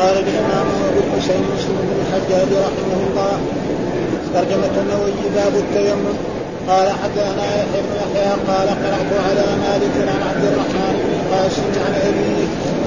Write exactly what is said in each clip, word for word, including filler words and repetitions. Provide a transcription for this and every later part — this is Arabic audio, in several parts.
قال الإمام أبو الحسين مسلم بن الحجاج رحمه الله. ترجمة النووي باب التيمم. قال حدثنا يحيى بن يحيى قال قرأت على مالك عن عبد الرحمن بن قاسم عن أبيه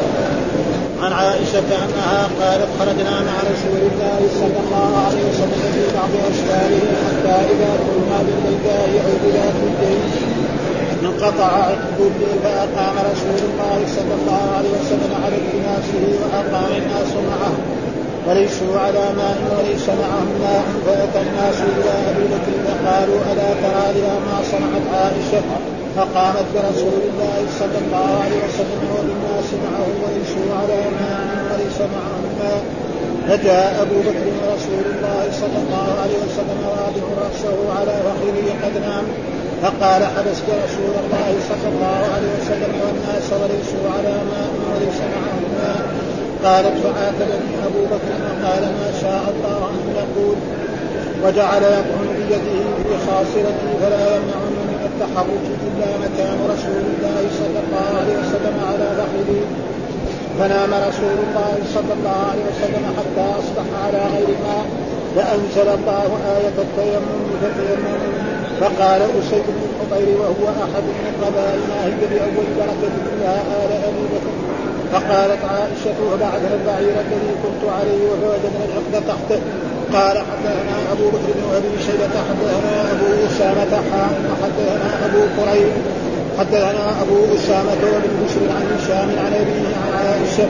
عن عائشة أنها قالت خرجنا مع رسول الله صلى الله عليه وسلم في بعض أشكاله حتى إذا كنا بالبيداء أو بذات الدين انقطع عقد الليل فأقام رسول الله صلى الله عليه وسلم على التماسه وأقام الناس معه وليسوا على ماء وليس معهم ماء فأتى الناس إلى أبي بكر فقالوا ألا ترى لها ما صنعت عائشة فقامت برسول الله صلى الله عليه وسلم والناس معه وليسوا على ماء وليس معهم ماء فجاء أبو بكر رسول الله صلى الله عليه وسلم واضع رأسه على فخذه قد نام فقال حبست رسول الله صلى الله عليه وسلم والناس وليسوا على ماء وليس معهم ماء. قالت فعاتبني أبو بكر وقال ما شاء الله أن يقول وجعل يطعن بيده في خاصرتي فلا يمنعني من التحرك إلا مكان رسول الله صلى الله عليه وسلم على فخذه فنام رسول الله صلى الله عليه وسلم حتى أصبح على غير ماء فأنزل الله آية التيمم فتيمموا فقال أسيد بن الحضير وهو أحد من قبائل ناهد بأول بركة فيها آل أبي بكر فقالت عائشة وبعدها البعير الذي كنت عليه وفوجدنا العقد تحته. قال حدثنا أبو بكر بن أبي شيبة حدثنا أبو أسامة حدثنا أبو قريب حدثنا أبو أسامة وابن بشر عن هشام عن أبيه عن عائشة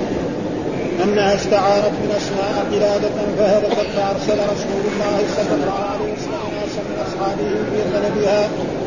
أنها استعارت من أسماء قلادة فهلكت فأرسل رسول الله صلى الله عليه وسلم ناسا من أصحابه في طلبها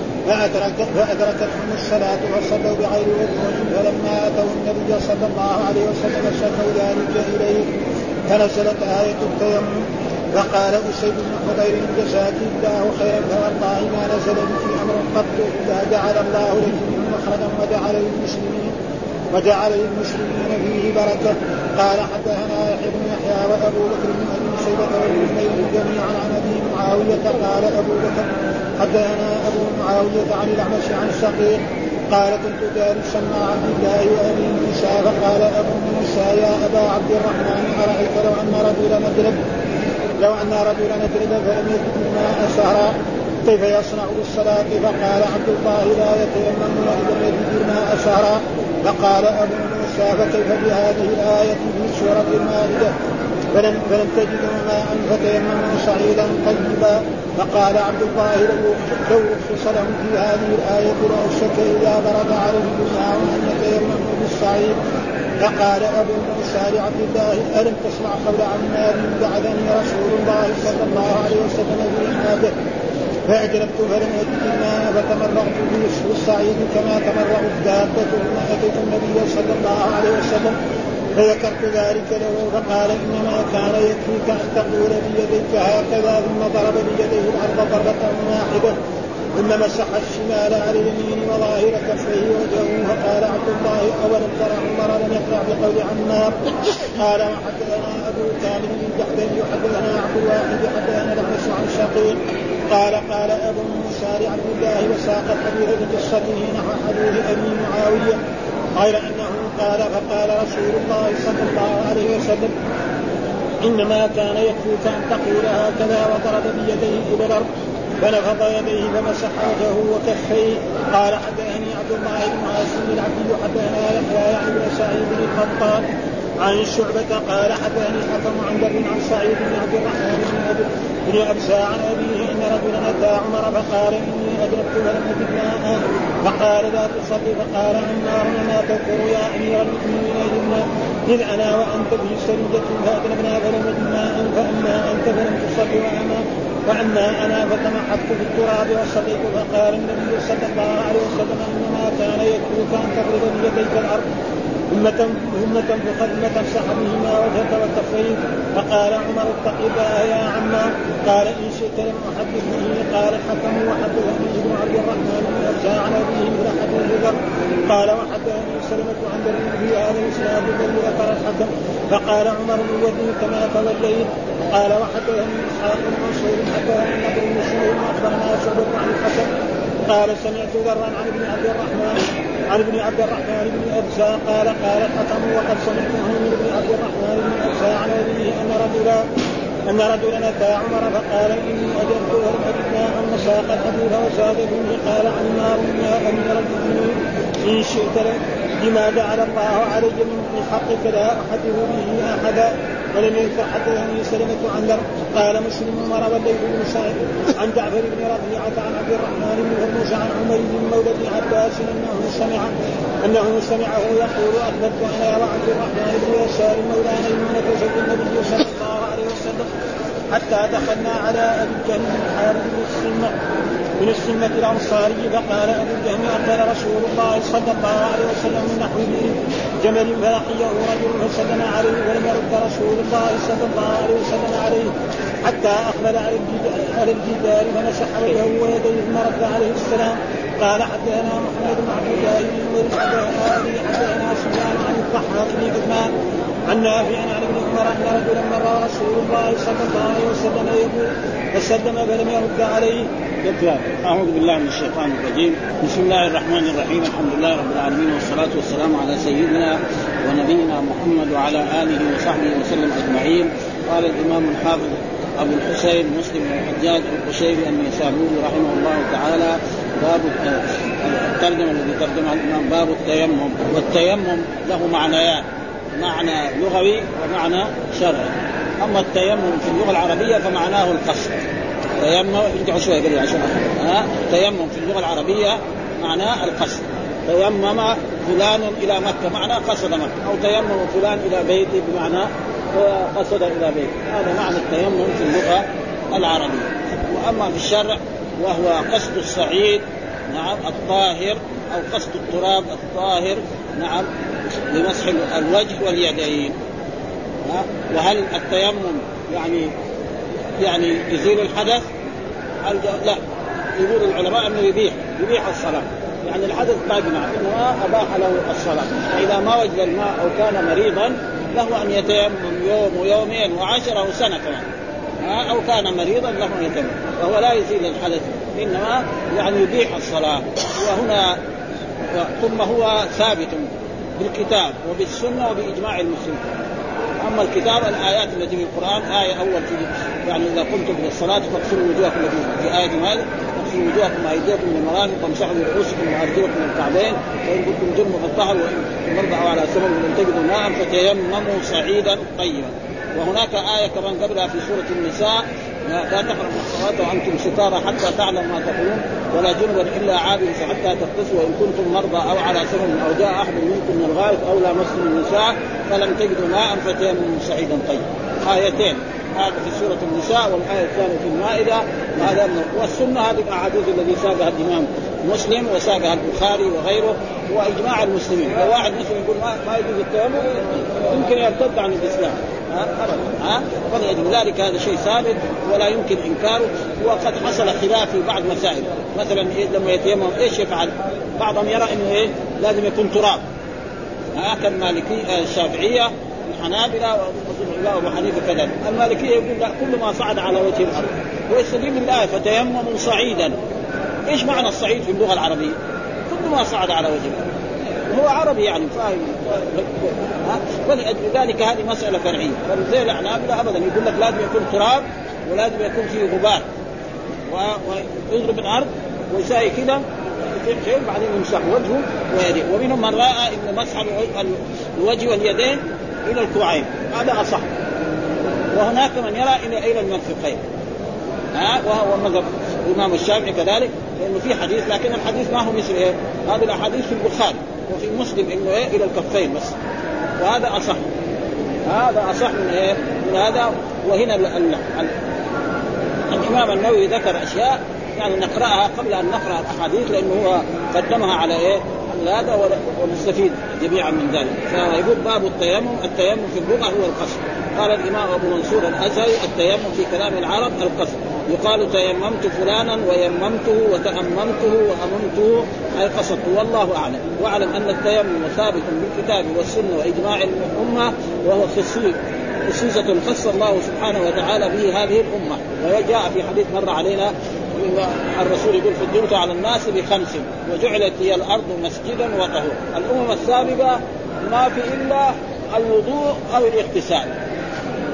فأدركت فأدركتهم الصلاة وصلوا بغير وضوء فلما أتوا النبي صلى الله عليه وسلم شكوا ذلك إليه فنزلت آية التيمم فقال أسيد بن حضير جزاك الله خيرا فوالله ما نزل بك أمر قط إذا جعل الله لك منه مخرجا وجعل للمسلمين وجعل للمسلمين فيه بركة. قال حدثنا يحيى بن يحيى وأبو بكر بن أبي شيبة والحسين جميعا عن أبي معاوية قال أبو بكر حدثنا أبو معاوية عن الأعمش عن شقيق قال كنت جالسا مع عبد الله وأبي موسى فقال أبو موسى يا أبا عبد الرحمن أرأيت لو أن رجلا نجرب لو أن رجلا نجرب فلم يجد الماء شهرا كيف يصنع بالصلاة؟ فقال عبد الله لا يتيمم وإذا يجد الماء شهرا. فقال أبو موسى فكيف بهذه الآية في سورة المائدة فلم, فلم تجدوا ماء فتيمموا صعيدا طيبا. فقال عبد الله لو رخص لهم في هذه الآية لأوشك إذا برد عليه الماء أن يتيمموا بالصعيد. فقال أبو موسى لعبد الله ألم تسمع قول عمار بعدني رسول الله صلى الله عليه وسلم في حاجة فأجربت فلم أجد الماء فتمرغت في الصعيد كما تمرغ الدابة ثم أتيت النبي صلى الله عليه وسلم فذكرت ذلك له فقال إنما كان يكفيك أن تقول بيديك هكذا ثم ضرب بيديه الأرض ضربة واحدة ثم مسح الشمال على اليمين وظاهر كفيه وجهه. فقال عبد الله أولم تر عمر لم يقرأ بقول عمار. قال وحدثنا أبو كامل بن جحدين حدثنا عبد الواحد حدثنا الأعمش عن شقيق قال قال أبو موسى لعبد الله وساق الحديث بقصته نحو حديث أبي معاوية غير أنه قال فقال رسول الله صلى الله عليه وسلم إنما كان يكفيك أن تقول هكذا وضرب بيديه إلى الأرض فنفض يديه فمسح وجهه وكفيه. قال حدثني عبد الله بن عاصم العبدي حدثنا يحيى يعني بن سعيد بن القطان عن شعبة قال حدثني حكم عن بر عن سعيد بن عبد الرحمن بن أبزاع عن أبيه إن رجلا أتى عمر فقال إني أدركت ولم أجد ماء فقال لا تصلي. فقال عمار ما تذكر يا أمير المؤمنين إذ أنا وأنت في سرية فأذنبنا فلم نجد ماء فأما أنت فلم تصلي وأما وأما أنا فتمحكت في التراب وصليت. فقال النبي صلى الله عليه وسلم إنما كان يكفيك أن تضرب بيديك الأرض ثم تنفخ ثم تمسح بهما وجهك وكفيك. فقال عمر اتق الله يا عمار. قال إن شئت لم أحدث به. قال الحكم وحدثني ابن عبد الرحمن بن أبزاع عن أبيه من حديث ذر قال وحدثني سلمة عن ذر في هذا الإسناد الذي ذكر الحكم. فقال عمر الذي كما توليت. قال وحدثني إسحاق بن منصور حدثني النضر بن سليم أخبرنا شعبة عن الحكم قال سمعت ذرا عن ابن عبد الرحمن عن ابن عبد الرحمن بن أبزاع قال قال الحكم وقد سمعته من ابن عبد الرحمن بن أن رجلا أتى عمر فقال إني أجبت ولم أجد ماء وساق الحديث وزاد فيه قال عمار يا أمير المؤمنين إن شئت بما جعل الله علي من حقك لا أحدث به أحدا ولم يذكر حدثني سلمة عن ذر قال مسلم وروى الليث بن سعد عن جعفر بن ربيعة عن عبد الرحمن بن هرمز عن عمر بن مولى بن عباس أنه سمع أنه سمعه يقول أكبرت أنا وعبد الرحمن بن يسار مولى ميمونة زوج النبي صلى الله عليه وسلم حتى دخلنا على أبي الجهم بن حارث بن السنة من السنة الأنصاري فقال أبو الجهم أقبل رسول الله صلى الله عليه وسلم من نحو جمل فلقيه رجل فسلم عليه ولم يرد رسول الله صلى الله عليه وسلم عليه حتى أقبل على الجدار فمسح وجهه ويديه ثم رد عليه السلام. قال حدثنا محمد بن عبد الله بن حدثنا سفيان عن الضحاك بن عثمان عن نافع عن ابن عمر أن رجلا مر رسول الله صلى الله عليه وسلم يقول فسلم فلم يرد عليه. أعوذ بالله من الشيطان الرجيم. بسم الله الرحمن الرحيم. الحمد لله رب العالمين والصلاة والسلام على سيدنا ونبينا محمد وعلى آله وصحبه وسلم أجمعين. قال الإمام الحافظ أبو الحسين مسلم بن الحجاج القشيري النيسابوري رحمه الله تعالى باب الترجمة الذي ترجمها الإمام باب التيمم. والتيمم له معنيان، معنى لغوي ومعنى شرعي. أما التيمم في اللغة العربية فمعناه القصد. تيمم ارجعوا شوية قبل عشان ها تيمم في اللغة العربية معناه القصد. تيمم فلان إلى مكة معناه قصد مكة، أو تيمم فلان إلى بيته بمعنى قصد إلى بيته. هذا معنى التيمم في اللغة العربية. وأما في الشرع وهو قصد الصعيد نعم الطاهر أو قصد التراب الطاهر نعم لمسح الوجه واليدين. وهل التيمم يعني يعني يزيل الحدث؟ لا، يقول العلماء أنه يبيح يبيح الصلاة، يعني الحدث باقي معه إنما أباح له الصلاة. فإذا ما وجد الماء أو كان مريضا له أن يتيمم يوم ويومين وعشرة وسنة كمان، أو كان مريضا له أن يتيمم، وهو لا يزيل الحدث إنما يعني يبيح الصلاة. وهنا ثم هو ثابت بالكتاب وبالسنة وبإجماع المسلمين. أما الكتاب الآيات التي في القرآن آية أول في يعني إذا قمتم بالصلاة فاغسلوا وجوهكم في آية هذه فاغسلوا وجوهكم وأيديكم من المرافق وامسحوا برؤوسكم وأرجلكم من الكعبين وإن كنتم جنبا فاطهروا وإن مرضى على سبب لم تجدوا ماء فتيمموا صعيدا طيبا. وهناك آية كمان قبلها في سورة النساء لا تقربوا الصلاة وأنتم سكارى حتى تعلموا ما تقولون ولا جنبا إلا عابر حتى تغتسلوا وإن كنتم مرضى أو على سفر أو جاء أحد منكم من الغائط أو لامستم النساء فلم تجدوا ماء فتيمموا صعيدا طيبا. آيتين، هذا في سورة النساء والآية الثانية في المائدة. هذا والسنة هذه الأحاديث الذي ساقها الإمام مسلم وساقها البخاري وغيره وإجماع المسلمين. لو واحد مسلم يقول ما, ما يجوز التيمم يمكن يرتد عن الإسلام ها ها فلذلك هذا شيء ثابت ولا يمكن إنكاره. وقد حصل خلاف في بعض مسائل، مثلا إيه لما يتيمم إيش يفعل؟ بعضهم يرى إنه إيه لازم يكون تراب، هكذا المالكية الشافعية الحنابلة وأبو حنيفة كذا. المالكية يقول لا، كل ما صعد على وجه الأرض. ويستدل بالآية فتيمموا صعيدا. إيش معنى الصعيد في اللغة العربية؟ كل ما صعد على وجه الأرض. هو عربي يعني فاهم. ولذلك هذه مسألة فرعية. فزي الحنابلة أبدا يقول لك لازم يكون تراب ولازم يكون فيه غبار ويضرب الأرض ويساوي كذا بعدين يمسح وجهه ويديه. ومنهم من رأى إن مسح الوجه واليدين إلى الكوعين، هذا أصح. وهناك من يرى إلى إلى المرفقين، ها وهو مذهب الإمام الشافعي كذلك، لأنه في حديث لكن الحديث ما هو مثل إيه هذا الأحاديث في البخاري وفي مسلم إنه إيه إلى الكفين بس، وهذا أصح. هذا أصح من إيه من هذا. وهنا ال ال ال الإمام النووي ذكر أشياء يعني نقرأها قبل أن نقرأ الأحاديث لأنه هو قدمها على إيه هذا ونستفيد جميعا من ذلك. فيقول باب التيمم. التيمم في اللغة هو القصد. قال الإمام أبو منصور الأزهري التيمم في كلام العرب القصد. يقال تيممت فلانا ويممته وتأممته وأممته أي قصدته، والله أعلم. واعلم أن التيمم ثابت بالكتاب والسنة وإجماع الأمة، وهو خصوصة خص الله سبحانه وتعالى به هذه الأمة. وجاء في حديث مر علينا الرسول يقول فضلت على الناس بخمس وجعلت هي الأرض مسجدا وطهورا. الأمم السابقة ما في إلا الوضوء أو الاغتسال،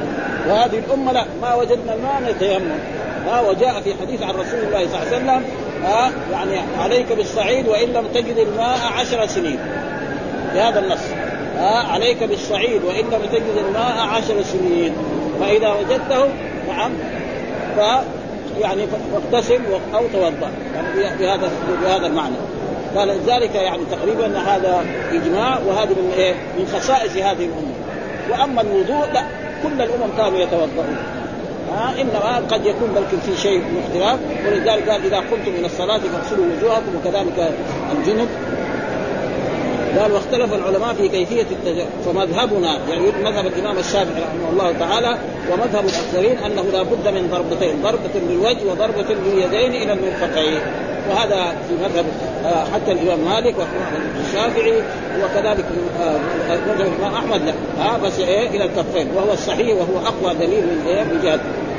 وهذه الأمة لا، ما وجدنا الماء نتيمم. ها وجاء في حديث عن رسول الله صلى الله عليه وسلم ها يعني عليك بالصعيد وإن لم تجد الماء عشر سنين، بهذا النص ها عليك بالصعيد وإن لم تجد الماء عشر سنين، فإذا وجدته نعم ف يعني فاغتسل أو توضأ، يعني بهذا بهذا المعنى. قال ذلك يعني تقريبا أن هذا إجماع، وهذا من إيه من خصائص هذه الأمة. وأما الوضوء لا، كل الأمم كانوا يتوضؤون، ها إنما قد يكون بلكن في شيء من اختلاف. ولذلك قال إذا قمتم من الصلاة فاغسلوا وجوهكم وكذلك الجنب. قال واختلف العلماء في كيفية التجمع، فمذهبنا يعني مذهب الإمام الشافعي رحمه الله تعالى ومذهب الأكثرين أنه لا بد من ضربتين، ضربة للوجه وضربة لليدين إلى المرفقين، وهذا في مذهب حتى الإمام مالك والشافعي وكذلك مذهب الإمام أحمد لا ها بس إيه إلى الكفين، وهو الصحيح وهو أقوى دليل من إيه بجهد.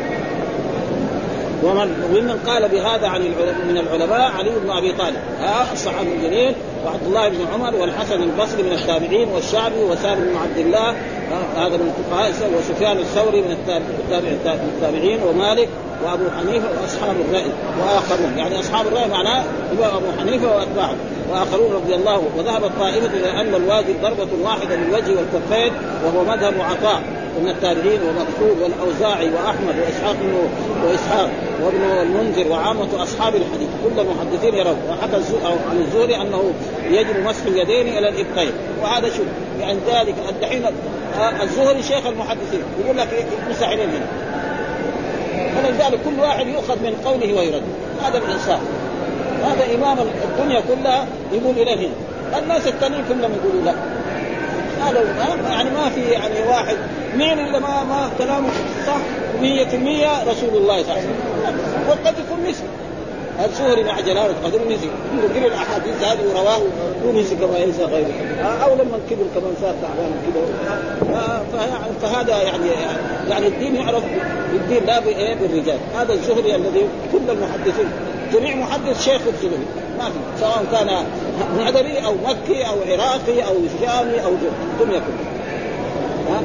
ومن قال بهذا عن من العلماء علي بن أبي طالب ها الصحابي الجليل، وعبد الله بن عمر، والحسن البصري من التابعين، والشعبي وسالم بن عبد الله هذا من الفقهاء، وسفيان الثوري من التابعين، ومالك وأبو حنيفة وأصحاب الرأي وآخرون. يعني أصحاب الرأي معناه هو أبو حنيفة وأتباعه وآخرون رضي الله. وذهب الطائفة إلى أن الواجب ضربة واحدة للوجه والكفين، وهو مذهب عطاء من التابعين ومكتوب والأوزاعي وأحمد وإسحاق وإسحاق وابن المنذر وعامة أصحاب الحديث كل المحدثين يرون. وحكى عن الزهري أنه يجب مسح اليدين إلى الإبطين، وهذا شو يعني ذلك الدحين الزهري شيخ المحدثين يقول لك مسح إليه هنا، فلذلك كل واحد يؤخذ من قوله ويرد. هذا الإنصاف، هذا إمام الدنيا كلها يقول إليه هنا، الناس التانيين كلهم يقولوا لا. هذا يعني ما في يعني واحد مين إلا ما ما كلامه صح مية في المية رسول الله صلى الله عليه وسلم، وقد يكون نسي. الزهري مع جلاله قدر نسي، يقول الأحاديث هذه ورواه ونسي كما ينسى غيره، أو لما كبر كمان صار تعبان كبر. فهذا يعني يعني الدين يعرف الدين لا بإيه بالرجال. هذا الزهري الذي كل المحدثين جميع محدث شيخ الزهري ما في، سواء كان معدري أو مكي أو عراقي أو شامي أو الدنيا كلها.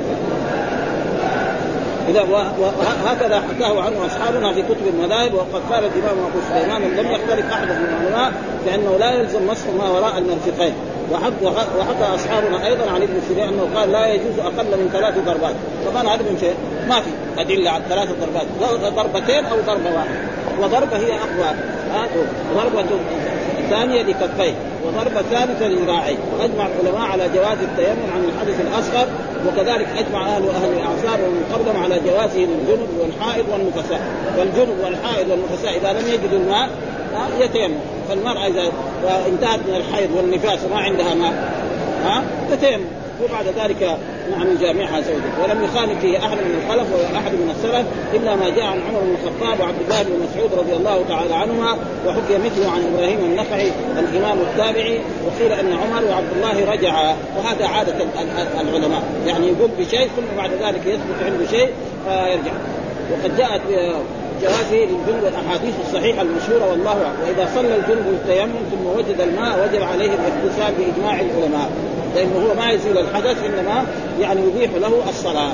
إذا وهكذا حكاه عنه أصحابنا في كتب المذاهب. وقد قال الإمام أبو سليمان لم يختلف أحد من العلماء بأنه لا يلزم مسح ما وراء المرفقين. وحكى أصحابنا أيضا عن ابن سيرين أنه قال لا يجوز أقل من ثلاث ضربات. طبعا هذا من شيء ما في أدلة على ثلاث ضربات، ضربتين أو ضربة واحدة، وضربة هي أقوى، ضربة ثانية لكفيه وضربة ثالثة لذراعيه. وأجمع العلماء على جواز التيمم عن الحدث الأصغر، وكذلك أجمع أهل أهل الأعصار ومن قبلهم على جوازه للجنب والحائض والنفساء. والجنب والحائض والنفساء إذا لم يجدوا الماء يتيمم. فالمرأة إذا انتهت من الحيض والنفاس وما عندها ماء ها تتيمم، وبعد ذلك نعم يجامعها زوجته. ولم يخالف فيه أحد من الخلف ولا أحد من السلف إلا ما جاء عن عمر بن الخطاب وعبد الله بن مسعود رضي الله تعالى عنهما، وحكي مثله عن إبراهيم النخعي الإمام التابعي. وقيل أن عمر وعبد الله رجعا، وهذا عادة العلماء يعني يقول بشيء ثم بعد ذلك يثبت عنده شيء فيرجع. وقد جاءت جوازه للجنب الأحاديث الصحيحة المشهورة والله أعلم. وإذا صلى الجنب بالتيمم ثم وجد الماء وجب عليه الاغتسال بإجماع العلماء، لأنه هو ما يزيل الحدث إنما يعني يبيح له الصلاة.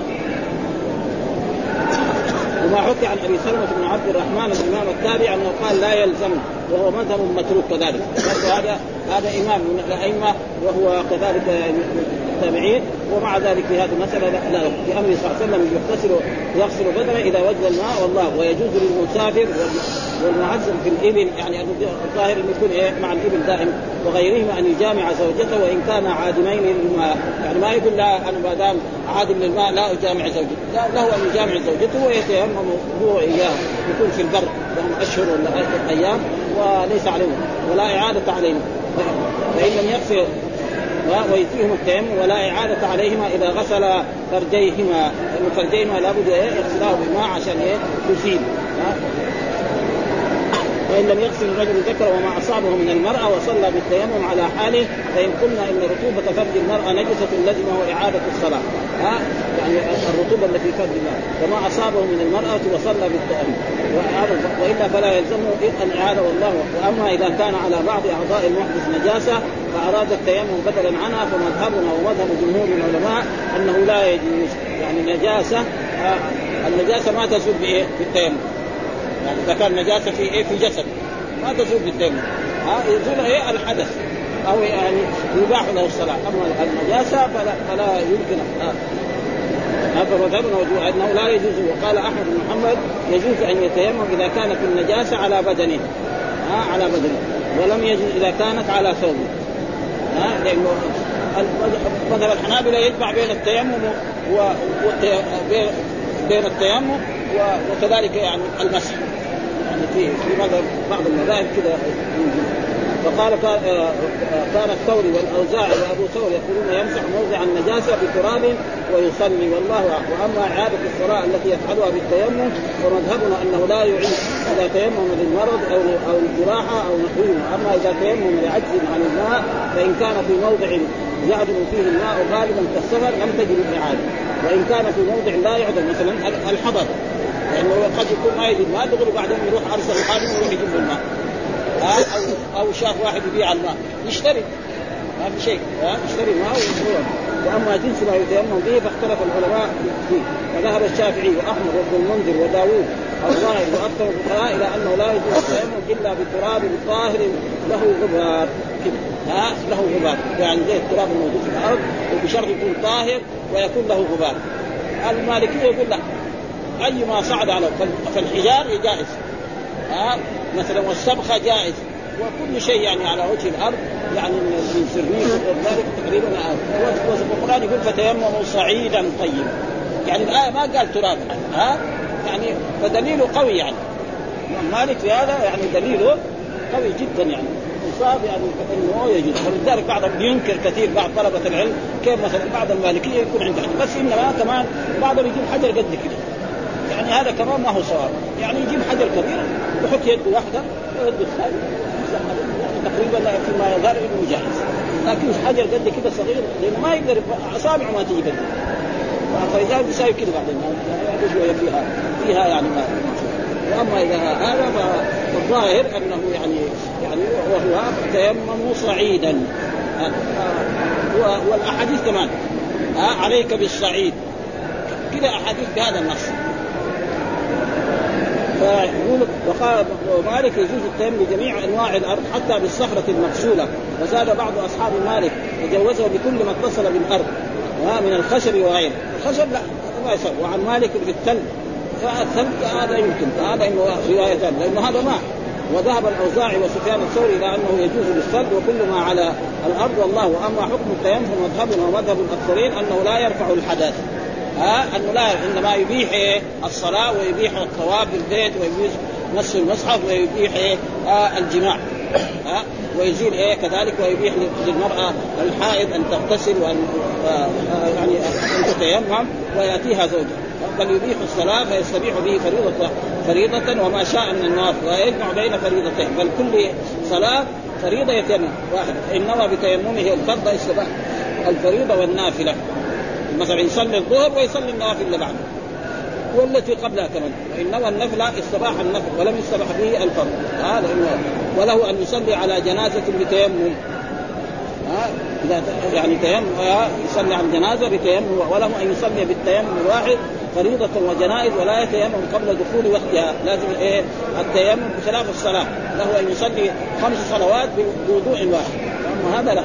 وما حكي عن أبي سلمة بن عبد الرحمن الإمام التابعي أنه قال لا يلزم، وهو مذهب متروك كذلك. هذا هذا إمام من الأئمة وهو كذلك التابعين، ومع ذلك في هذه المسألة لا في أمر صلى الله عليه وسلم يغتسل يغسل بدنه إذا وجد الماء والله. ويجوز للمسافر والمعزم في الإبل، يعني الظاهر أن يكون إيه مع الإبل دائم وغيرهما أن يجامع زوجته وإن كان عادمين للماء. يعني ما يقول لا أنا ما دام عادم للماء لا أجامع زوجتي، لا له أن يجامع زوجته ويتيمم هو إياه، يكون في البر لهم أشهر ولا أيام وليس عليهم ولا إعادة عليهم. فإن لم يغسل ويجزيهم التيمم ولا إعادة عليهما إذا غسل فرجيهما، لأن فرجيهما لابد يغسلاه بالماء عشان يزيل. فإن لم يغسل الرجل ذكر وما أصابه من المرأة وصلى بالتيمم على حاله، فإن قلنا إن رطوبة فرج المرأة نجسة لزمه إعادة الصلاة، ها يعني الرطوبة التي فرج المرأة وما أصابه من المرأة وصلى بالتيمم، وإلا فلا يلزمه إلا إعادة والله. وأما إذا كان على بعض أعضاء المحدث نجاسة فأراد التيمم بدلا عنها، فمذهبنا ومذهب جمهور العلماء أنه لا يجوز، يعني نجاسة النجاسة ما تزول بإيه بالتيمم، يعني إذا كان نجاسة في إيه في جسد ما تزول بالتيمم، ها يزول إيه الحدث أو يعني يباح له الصلاة. أما النجاسة فلا, فلا يمكن. هذا مذهبنا وجوه أنه لا يجوز. وقال أحمد بن محمد يجوز أن يتيمم إذا كانت النجاسة على بدنه، ها على بدنه، ولم يجوز إذا كانت على ثوبه، ها لأنه مذهب الحنابلة يجمع بين التيمم و... وبين بين التيمم وكذلك يعني المسح، يعني في في مذهب بعض المذاهب كذا. فقال كان الثوري والأوزاعي وأبو ثور يقولون يمسح موضع النجاسة بتراب ويصلي والله أعلم. وأما إعادة الصلاة التي يفعلها بالتيمم فمذهبنا أنه لا يعيد إذا تيمم للمرض أو أو الجراحة أو نحوه. أما إذا تيمم لعجز عن الماء فإن كان في موضع يعدم فيه الماء غالبا كالسفر لم تجد الإعادة، وإن كان في موضع لا يعدم مثلا الحضر لأنه قد يكون ما يجد ماء دغري وبعدين يروح أرسل الخادم ويروح يجيب الماء، أو أو شاف واحد يبيع الماء يشتري ما في شيء، يشتري ماء ويشتري. وأما جنس ما يتيمم به فاختلف العلماء فيه، فذهب الشافعي وأحمد وابن المنذر وداوود الظاهر وأكثر الفقهاء إلى أنه لا يجوز التيمم إلا بتراب طاهر له غبار، ها له غبار يعني زي التراب الموجود في الأرض وبشرط يكون طاهر ويكون له غبار. المالكية يقول لا أي ما صعد على فالحجار جائز، ها مثلا والسبخة جائز، وكل شيء يعني على وجه الأرض يعني من سرميك وذلك تقريبا. والقرآن يقول فتيمموا صعيدا طيبا، يعني الآية ما قال ترابا، ها يعني فدليله قوي يعني مالك في هذا يعني دليله قوي جدا يعني مصاب يعني انه يجوز. ولذلك بعضهم ينكر كثير بعض طلبة العلم كيف مثلا بعض المالكية يكون عنده حجر، بس إنما كمان بعضهم يجيب حجر قد كده، يعني هذا كمان ما هو صواب، يعني يجيب حجر كبير ويحط يده واحدة ويده الثانية تقريبا فيما يظهر انه جاهز، لكن حجر قد كده صغير لانه ما يقدر اصابعه ما تيجي قد، فلذلك يساوي كده بعدين يعني فيها فيها يعني ما. واما اذا هذا فالظاهر انه يعني يعني وهو تيمم صعيدا، والاحاديث كمان عليك بالصعيد كده احاديث بهذا النص. فيقول وقال مالك يجوز التيمم بجميع انواع الارض حتى بالصخره المغسوله، وزاد بعض اصحاب مالك وجوزه بكل ما اتصل بالارض من الخشب وغيره. الخشب لا ما يصير. وعن مالك بالثلج، فالثلج هذا يمكن هذا انه روايتان لانه هذا ماء. وذهب الاوزاعي وسفيان الثوري الى انه يجوز بالثلج وكل ما على الارض والله. واما حكم التيمم مذهبنا ومذهب الاكثرين انه لا يرفع الحدث، ها انه لا انما يبيح إيه؟ الصلاه ويبيح الطواف بالبيت ويبيح مس المصحف ويبيح إيه؟ آه الجماع، ها ويزيل ايه كذلك ويبيح للمراه الحائض ان تغتسل وان آه يعني ان تتيمم وياتيها زوجها، بل يبيح الصلاه فيستبيح به فريضه فريضه وما شاء من النوافل ويجمع بين فريضتين، بل كل صلاه فريضه يتيمم واحد انما بتيممه الفرض يستباح الفريضه والنافله. مثلا يصلي الظهر ويصلي النافل اللي بعده والتي قبلها كمان، وإنما النفل استباح النفل ولم يستبح به الفرض، هذا إنه وله أن يصلي على جنازة بتيمم، ها إذا يعني تيمم يصلي على الجنازة بتيمم، وله أن يصلي بالتيمم الواحد فريضة وجنائز ولا يتيمم قبل دخول وقتها، لازم إيه التيمم بخلاف الصلاة، له أن يصلي خمس صلوات بوضوء واحد، أما هذا لا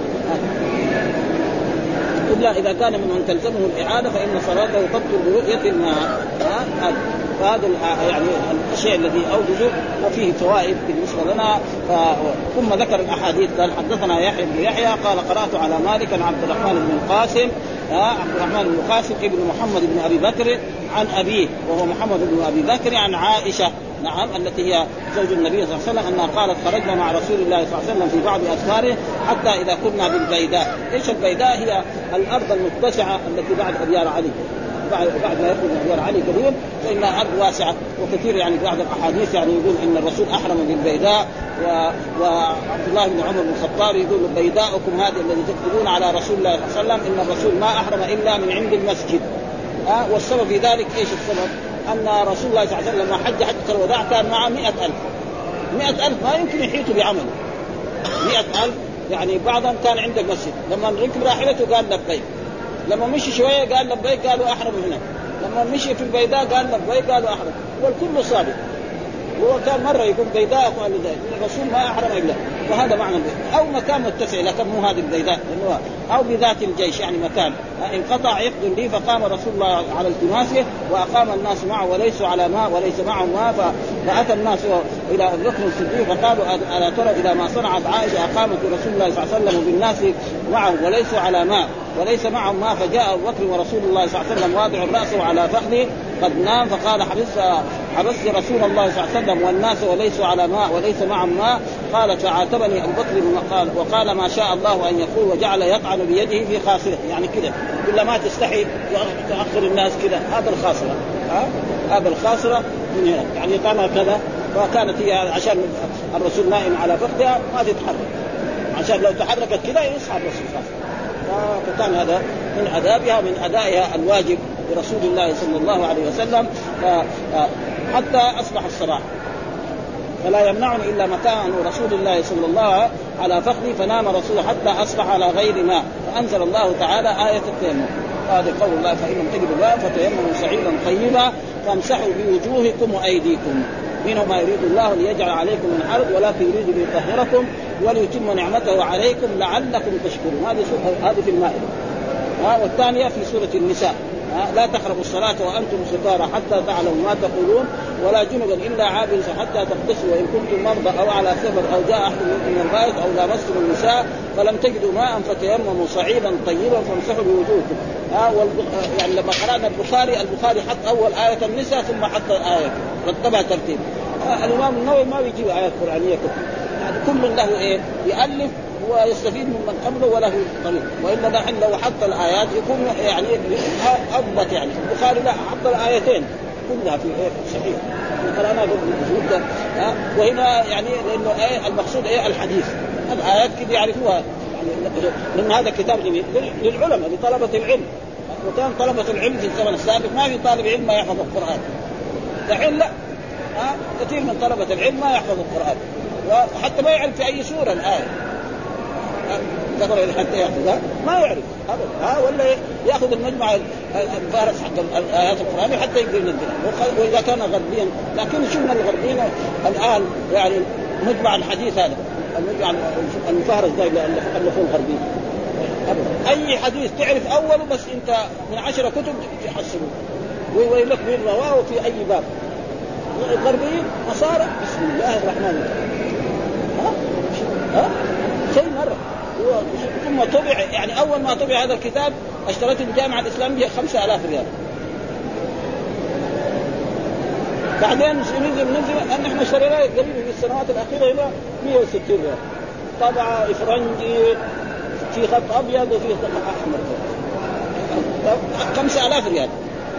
إلا إذا كان ممن تلزمه الإعادة فإن صلاته تبطل برؤية الماء. فهذا يعني الشيء الذي أوجده وفيه فوائد بالنسبة لنا. ثم ذكر الأحاديث قال حدثنا يحيى بن يحيى قال قرأت على مالك عن عبد الرحمن بن القاسم عبد الرحمن بن القاسم ابن محمد بن أبي بكر عن أبيه وهو محمد بن أبي بكر عن عائشة نعم التي هي زوج النبي صلى الله عليه وسلم أنها قالت خرجنا مع رسول الله صلى الله عليه وسلم في بعض أسفاره حتى إذا كنا بالبيداء. إيش البيداء؟ هي الأرض المتسعة التي بعد أبيار علي، بعد بعد ما يخرج أبيار علي قديم فإنها أرض واسعة. وكثير يعني بعض الأحاديث يعني يقول إن الرسول أحرم بالبيداء، وعبد الله بن عمر بن الخطاب يقول بيداؤكم هذه الذي تكتبون على رسول الله صلى الله عليه وسلم إن الرسول ما أحرم إلا من عند المسجد. أه والسبب في ذلك إيش السبب؟ أن رسول الله صلى الله عليه وسلم لما حج حجة الوداع كان معه مئة ألف مئة ألف ما يمكن يحيطوا بعمله مئة ألف، يعني بعضهم كان عند المسجد لما ركب راحلته قال لبيك، لما مشي شوية قال لبيك قالوا أحرم هنا، لما مشي في البيداء قال لبيك قالوا أحرم، والكل صادق. هو كان مرة يكون بيداء وقال ذلك الرسول ما أحرم إلا، وهذا معنى البيداء. أو مكان متسع لكن مو هذه البيداء، أو بذات الجيش يعني مكان انقطع عقد لي فقام رسول الله على التماسه وأقام الناس معه وليسوا على ماء وليس معهم ماء. فأتى الناس إلى أبي بكر الصديق فقالوا ألا ترى إلى ما صنعت عائشة أقامت رسول الله صلى الله عليه وسلم بالناس معه وليسوا على ماء وليس معهم ماء. فجاء أبو بكر ورسول الله صلى الله عليه وسلم واضع رأسه على فخذه قد نام فقال حبس حبس رسول الله صلى الله عليه وسلم والناس وليسوا على ماء وليس معهم ماء. قالت فعاتبني أبو بكر وقال, وقال ما شاء الله أن يقول وجعل يطعن بيده في خاصرته، يعني كده كل ما تستحي تأخر الناس كده. هذا الخاصرة ها هذا الخاصرة من هنا يعني قام كذا. فكانت هي عشان الرسول نائم على فخذها ما تتحرك، عشان لو تحركت كده يصحى الرسول خاصرة. فكان هذا من أدابها من أدائها الواجب لرسول الله صلى الله عليه وسلم حتى أصبح الصباح. فلا يمنعني إلا مكان رسول الله صلى الله على فخذه فنام رسوله حتى أصبح على غير ماء. فأنزل الله تعالى آية التيمم. هذا قول الله فإن لم تجدوا ماء فتيمموا صعيدا طيبا فامسحوا بوجوهكم وأيديكم منه ما يريد الله ليجعل عليكم من حرج ولكن يريد ليطهركم وليتم نعمته عليكم لعلكم تشكرون. هذه هذه في المائدة. ها والثانية في سورة النساء لا تقربوا الصلاة وأنتم سكارى حتى تعلموا ما تقولون ولا جنبا إلا عابرا حتى تغتسلوا وإن كنتم مرضى أو على سفر أو جاء أحد منكم من الغائط أو لامستم النساء فلم تجدوا ماء فتيمموا صعيدا طيبا فامسحوا بوجوهكم. ها يعني لما قرأنا البخاري البخاري حط أول آية النساء ثم حط آية رتبها ترتيب. الإمام النووي ما بيجيب آيات قرآنية يعني كل له إيه يألف ويستفيد من قبله وله طريق. وإلا نحن لو حط الآيات يكون يعني أضبط. يعني البخاري لا حط الآيتين كلها في صحيح قرأنا بالجودة. وهنا يعني لأنه إيه المقصود إيه الحديث الآيات كده يعرفوها يعني لأن هذا كتاب للعلماء لطلبة العلم. وكان طلبة العلم في الزمن السابق ما في طالب علم ما يحفظ القرآن. دحين لا ها كثير من طلبة العلم ما يحفظ القرآن وحتى ما يعرف في أي سورة الآية ذكر حتى يحفظها ما يعرف أبدا. ها ولا يأخذ المجمع الفارس حق الآيات القرآنية حتى يقدر ينزلها. وإذا كان غربيا لكن شفنا الغربيين الآن يعني مجمع الحديث هذا المجمع المفهرس ده اللي ألفوه الغربيين أي حديث تعرف أوله بس أنت من عشرة كتب تحصله ويلك بين رواه في أي باب. الغربيين نصارى بسم الله الرحمن الرحيم ها ها شيء مرة. ثم طبع يعني أول ما طبع هذا الكتاب اشتريته الجامعة الإسلامية خمسة آلاف ريال. بعدين مسلمين ننزل أن احنا اشتريناه قريب في السنوات الأخيرة إلى مئة وستين ريال طبعا إفرنجي في خط أبيض وفي خط أحمر خمسة آلاف ريال.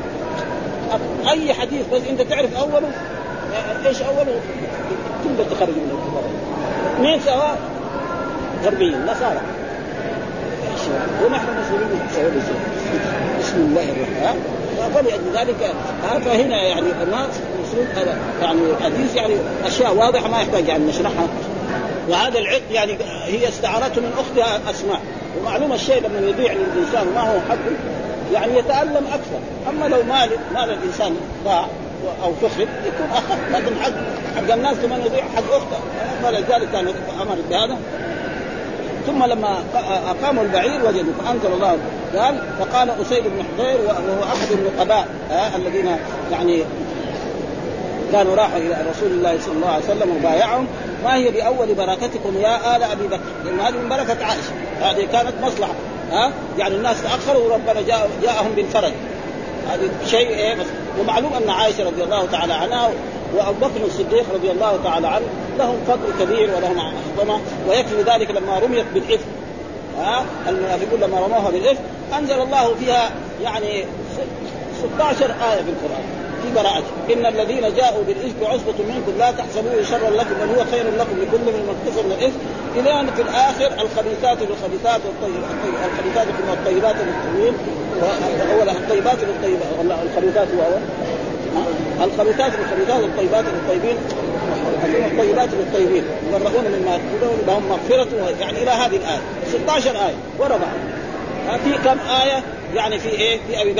أي حديث بس أنت تعرف أوله إيش أوله تقدر تخرج منه الكتاب. مين سوا غربيين نصارى ونحن مسلمين بسم الله الرحمن. فلأجل ذلك فهنا يعني الناس مسلم يعني حديث يعني أشياء واضحة ما يحتاج يعني نشرحها. وهذا العقد يعني هي استعارته من أختها أسماء. ومعلوم الشيء لما يضيع للإنسان ما هو حقه يعني يتألم أكثر. أما لو مال مال الإنسان ضاع أو فخر يكون أخف لكن حق حق الناس كمان يضيع حق أخته. فلذلك كان أمر بهذا. ثم لما أقاموا البعير وجدوا فأنزل الله قال فقال أسيد بن حضير وهو أحد النقباء آه الذين يعني كانوا راحوا إلى رسول الله صلى الله عليه وسلم وبايعهم ما هي بأول بركتكم يا آل أبي بكر لأن هذه من بركة عائشة. هذه كانت مصلحة ها يعني الناس تأخروا وربنا جاء جاءهم بالفرج. هذا شيء إيه بس. ومعلوم أن عائشة رضي الله تعالى عنها وأبو بكر الصديق رضي الله تعالى عنه لهم فضل كبير ولهم عظمة. ويكفي ذلك لما رميت بالإفك ها المنافقون لما رموها بالإفك أنزل الله فيها يعني ستة عشر آية في القرآن في براءته إن الذين جاءوا بالإفك عصبة منكم لا تحسبوه شرا لكم بل هو خير لكم لكل من اكتسب من الإفك إلى أن في الآخر الخبيثات للخبيثات الخبيثات والطيبات للطيبين وأولا الطيبات للطيبات الخبيثات وأول الخبيثات للخبيثات والطيبات للطيبين الطيبات للطيبين يبرؤون مما يقولون لهم مغفرة يعني إلى هذه الآية ستة عشر آية ورا بعض. في كم آية يعني في إيه في أبي بكر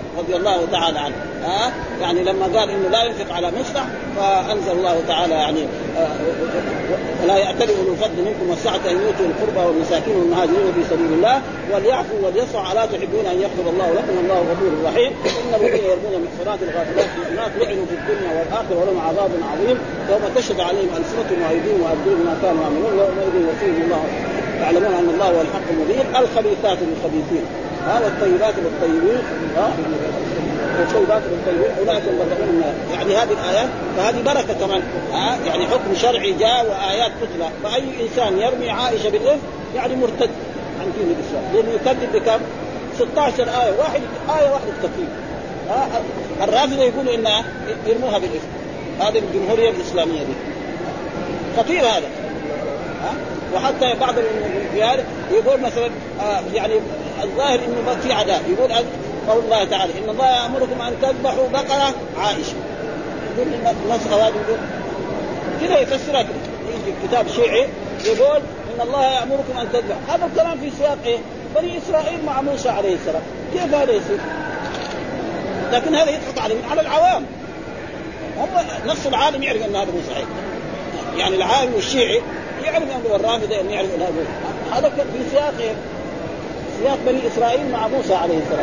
رضي الله تعالى عنه ها يعني لما قال انه لا ينفق على مصلح فانزل الله تعالى يعني ولا يأتل أولو الفضل منكم والسعة أن يؤتوا القربى والمساكين والمهاجرين في سبيل الله وليعفوا وليصفحوا ألا تحبون أن يغفر الله لكم والله غفور رحيم إن الذين يرمون المحصنات الغافلات المؤمنات لعنوا في الدنيا والآخرة ولهم عذاب عظيم يوم تشهد عليهم ألسنتهم وأيديهم وأرجلهم ما كانوا يعملون يومئذ يوفيهم الله يعلمون أن الله هو الحق المبين الخبيثات للخبيثين ها والطيبات للطيبين ها والطيبات للطيبين أولئك المبرؤون يعني هذه الآيات فهذه بركة كمان ها يعني حكم شرعي جاء وآيات تتلى فأي إنسان يرمي عائشة بالإثم يعني مرتد عن دين الإسلام لأنه يكذب بكم ستة عشر آية واحد آية واحدة تكفيه الرافضة يقولوا إنها يرموها بالإثم هذه الجمهورية الإسلامية دي خطير هذا ها وحتى بعض الرجال يقول مثلا آه يعني الظاهر انه في عداء يقول قول الله تعالى ان الله يأمركم ان تذبحوا بقرة عائشة يقول النص هذا يقول كذا يفسرها يجي كتاب شيعي يقول ان الله يأمركم ان تذبحوا هذا الكلام في سياق ايه بني اسرائيل مع موسى عليه السلام كيف هذا يصير لكن هذا يضغط عليهم على العوام هم نص العالم يعرف ان هذا مو صحيح يعني العالم والشيعي يعرف أنه الرافضة أن يعرف أنه هذا كان في سياق سياق بني إسرائيل مع موسى عليه السلام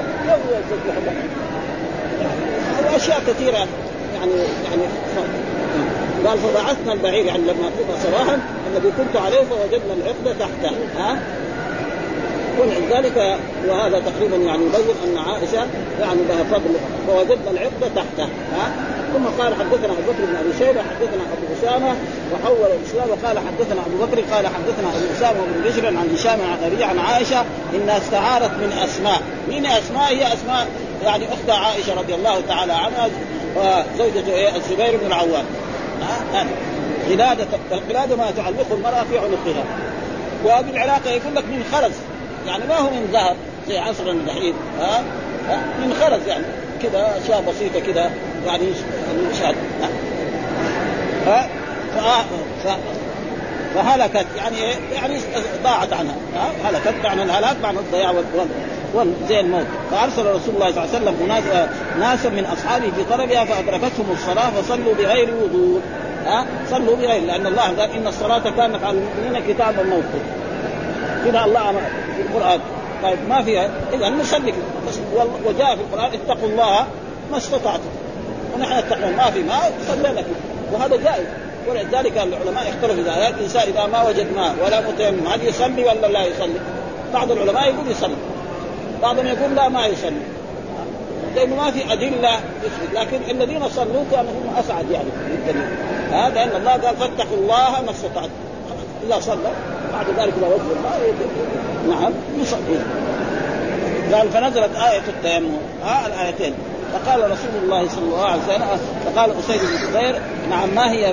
وأشياء كثيرة يعني يعني قال فبعثنا البعير يعني لما كنا صراحا الذي كنت عليه فوجدنا العقدة تحته ها ولذلك وهذا تقريبا يعني يبين أن عائشة يعني لها فضل فوجدنا العقدة تحته ها ثم قال حدثنا أبو بكر بن أبي شيبة حدثنا أبو أسامة وحول الإسلام وقال حدثنا أبو بكر قال حدثنا أبو أسامة بن بشر عن هشام عن أبي عن عائشة إنها استعارت من أسماء من أسماء هي أسماء يعني أخت عائشة رضي الله تعالى عنها وزوجة الزبير بن العوام هذا قلادة القلادة ما تعلق المرأة في عنقها وهذه العلاقة يقول لك من خرز يعني ما هو من ذهب زي عصر الدحين ها من خرز يعني كذا أشياء بسيطة كذا يعني مشاهد ها فهلكت يعني يعني ضاعت عنها هلكت معنى الهلاك معنى الضياع وال زي الموت فأرسل رسول الله صلى الله عليه وسلم ناسا من أصحابه في طلبها فأدركتهم الصلاة فصلوا بغير وضوء ها صلوا بغير لأن الله قال إن الصلاة كانت على المؤمنين كتابا موقوتا كذا الله أمر في القرآن طيب ما فيها إذا نصلي وجاء في القرآن اتقوا الله ما استطعتم ونحن اتقوا ما في ماء صلينا وهذا جائز ولذلك العلماء اختلفوا إذا هذا الإنسان إذا ما وجد ماء ولا متيمم هل يصلي ولا لا يصلي بعض العلماء يقول يصلي بعضهم يقول لا ما يصلي لأنه ما في أدلة لكن الذين صلوا كانوا هم أسعد يعني هذا لأن الله قال فاتقوا الله ما استطعتم إذا صلى بعد ذلك لا وجه الله نعم يصلي قال فنزلت آية التيمم ها الآيتين فقال رسول الله صلى الله عليه وسلم فقال أسيد بن حضير نعم ما هي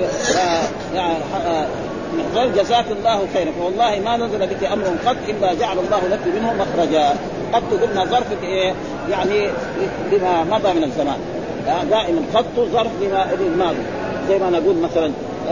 غير جزاك الله خيرا فوالله ما نزل بك أمر قط إلا جعل الله لك منه مخرجا قط قلنا ظرف يعني لما مضى من الزمان دائما قط ظرف لما الماضي زي ما نقول مثلا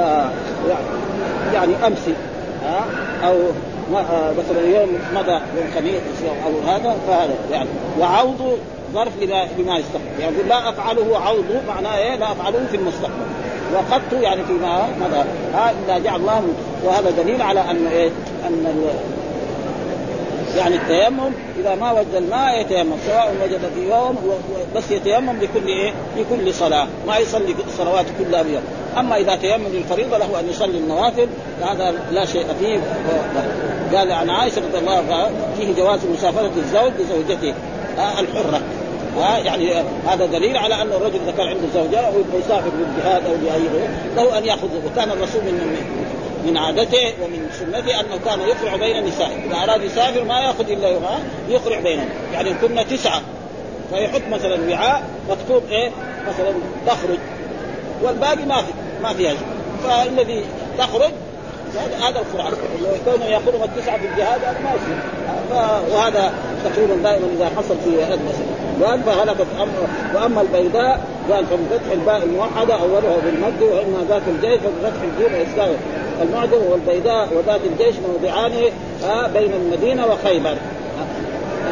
يعني أمسي أو مثلا يوم مضى يوم خميس أو هذا فهذا يعني وعوض ظرف لما لما يستقبل يعني لا أفعله عوض معناه إيه لا أفعله في المستقبل وقدت يعني فيما مضى ها إلا جعل الله وهذا دليل على أن إيه أن يعني التيمم إذا ما وجد الماء يتيمم سواء وجد في يوم بس يتيمم لكل إيه لكل صلاة ما يصلي الصلوات كلها بيوم أما إذا تيمم للفريضة له أن يصلي النوافل هذا لا شيء فيه قال عن عائشة رضي الله عنها فيه جواز مسافرة الزوج لزوجته آه الحرة آه يعني آه هذا دليل على أن الرجل إذا كان عنده زوجة أو يسافر للجهاد أو لأي غير له أن يأخذ وكان الرسول من من عادته ومن سنته أنه كان يفرع بين النساء إذا أراد يسافر ما يأخذ إلا يوم يفرع بينهم يعني كنا تسعة فيحط مثلا وعاء مكتوب إيه مثلا تخرج والباقي ما في ما فيها شيء فالذي تخرج هذا القرآن كونه يأخذهم التسعة في الجهاد هذا ما يصير وهذا تقريبا دائما إذا حصل في هذا قال فهلكت أمر وأما البيداء قال فبفتح الباء الموحدة أولها بالمد وإنها ذات الجيش فبفتح الجيم وإسكان المعجم والبيداء وذات الجيش موضعان بين المدينة وخيبر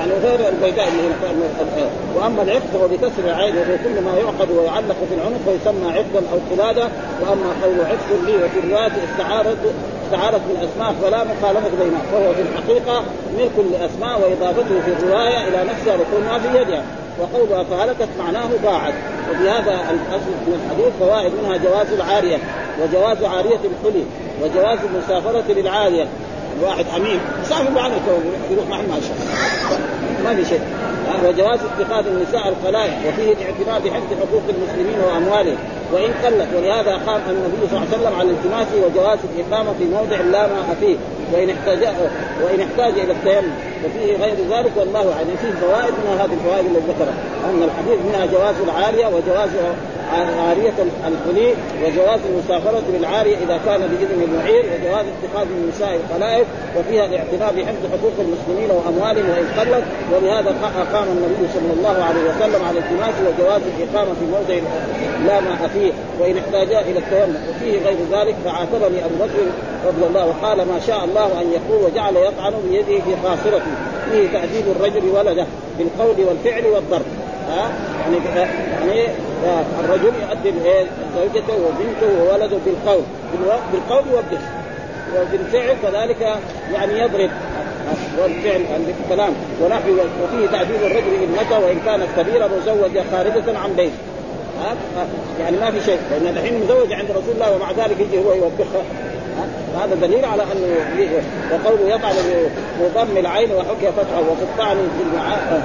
يعني غير البيداء اللي هنا. واما العقد فهو بكسر العين وهو كل ما يعقد ويعلق في العنق فيسمى عقدا او قلاده. واما قول عقد لي وفي الروايه استعارت استعارت من اسماء فلا مخالفه بينها، فهو في الحقيقه ملك لاسماء واضافته في الروايه الى نفسها لكونها في يدها. وقولها فهلكت معناه ضاعت. وفي هذا الاصل من الحديث فوائد منها جواز العاريه وجواز عاريه الحلي وجواز المسافره للعاريه. واحد عميم سافر عن الكون يروح مع الماشي ما في شيء. وجواز اتخاذ النساء الخلائق وفيه الاعتناء بحفظ حقوق المسلمين واموالهم وان قلت. ولهذا قام النبي صلى الله عليه وسلم على التماسه وجواز الاقامه في موضع لا ماء فيه وان احتاج وان احتاج الى التيمم وفيه غير ذلك. والله اعلم. فيه فوائد من هذه الفوائد التي ذكرها ان الحديث منها جواز العاريه وجواز عاريه الحلي وجواز المسافره بالعاريه اذا كان باذن المعير وجواز اتخاذ النساء الخلائق وفيها الاعتناء بحفظ حقوق المسلمين واموالهم وان قلت. ولهذا قام النبي صلى الله عليه وسلم على التماس وجواز الاقامه في موضع لا ماء فيه وان احتاج الى التيمم وفيه غير ذلك. فعاتبني ابو بكر رضي الله وقال ما شاء الله ان يقول وجعل يطعن بيده في خاصرته. فيه تأديب الرجل ولده بالقول والفعل والضرب. ها يعني يعني الرجل يؤدب زوجته وبنته وولده بالقول بالقول والضرب وبالفعل كذلك يعني يضرب والفعل بالكلام ونحو. وفيه تأديب الرجل ابنته وإن كانت كبيرة مزوجة خارجة عن بيت. يعني ما في شيء لأن الحين مزوجة عند رسول الله ومع ذلك يجي هو يوبخها. هذا دليل على أنه. وقوله يطعن بضم العين وحكي فتحه وفي الطعن بالمعاء.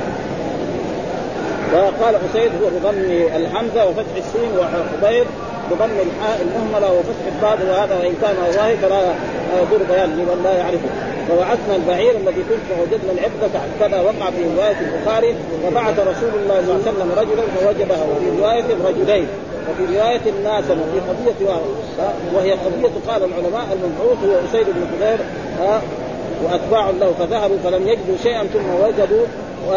وقال أسيد هو بضم الحمزة وفتح السين وحبيب بضم الحاء المهملة وفتح الضاد وهذا وإن كان ظاهر فلا يدور بيان لمن لا يعرفه. ووعدنا البعير الذي كنت فوجدنا العبدة كذا وقع في رواية البخاري. وبعث رسول الله صلى الله عليه وسلم رجلا فوجدها وفي رواية رجلين وفي رواية الناس وفي قضية وهي قضية قال العلماء المبعوث هو أسيد بن حضير وأتباع له فذهبوا فلم يجدوا شيئا ثم وجدوا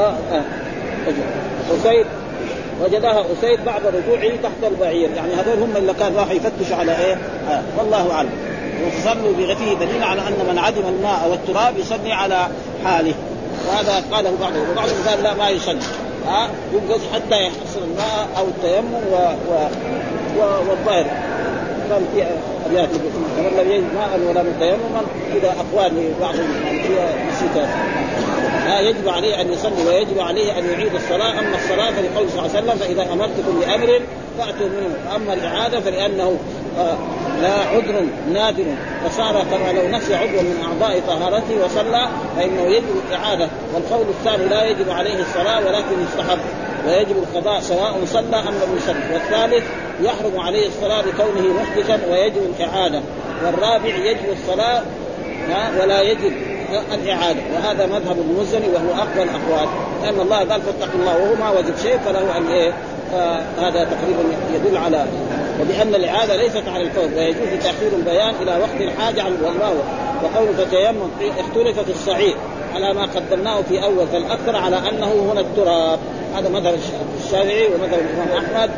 أسيد وجدها أسيد بعد رجوعه تحت البعير. يعني هذول هم اللي كان راح يفتشوا على إيه آه. والله أعلم. وصلوا بغفيه دليل على أن من عدم الماء والتراب يصلي على حاله. وهذا قاله بعضهم وبعضهم قال لا ما يصلي ها آه. ينقص حتى يحصل الماء أو التيمم و... و... و... والظاهر كان في أبيات كمان لم يجد ماء ولا تيمما إذا أقوال بعضهم فيها نسيتها. ها يجب عليه أن يصلي ويجب عليه أن يعيد الصلاة. أما الصلاة فلقول صلى الله عليه وسلم فإذا أمرتكم بأمر فأتوا منه. أما الإعادة فلأنه آه لا عذر نادر فصار كما لو نسي عضوا من أعضاء طهارته وصلى فإنه يجب الإعادة. والقول الثاني لا يجب عليه الصلاة ولكن يستحب ويجب القضاء سواء صلى أم لم يصلي. والثالث يحرم عليه الصلاة لكونه محدثا ويجب الإعادة. والرابع يجب الصلاة ولا يجب الإعادة. وهذا مذهب المزني وهو أقوى الأقوال لأن الله قال فاتقوا الله وهو ما وجب شيء فله أن إيه. فهذا تقريبا يدل على وبأن الإعادة ليست على الفور ويجوز تأخير البيان إلى وقت الحاجة على والله. وقول فتيمم اختلف في الصحيح على ما قدمناه في أول فالأكثر على أنه هنا التراب. هذا مذهب الشافعي ومذهب الإمام أحمد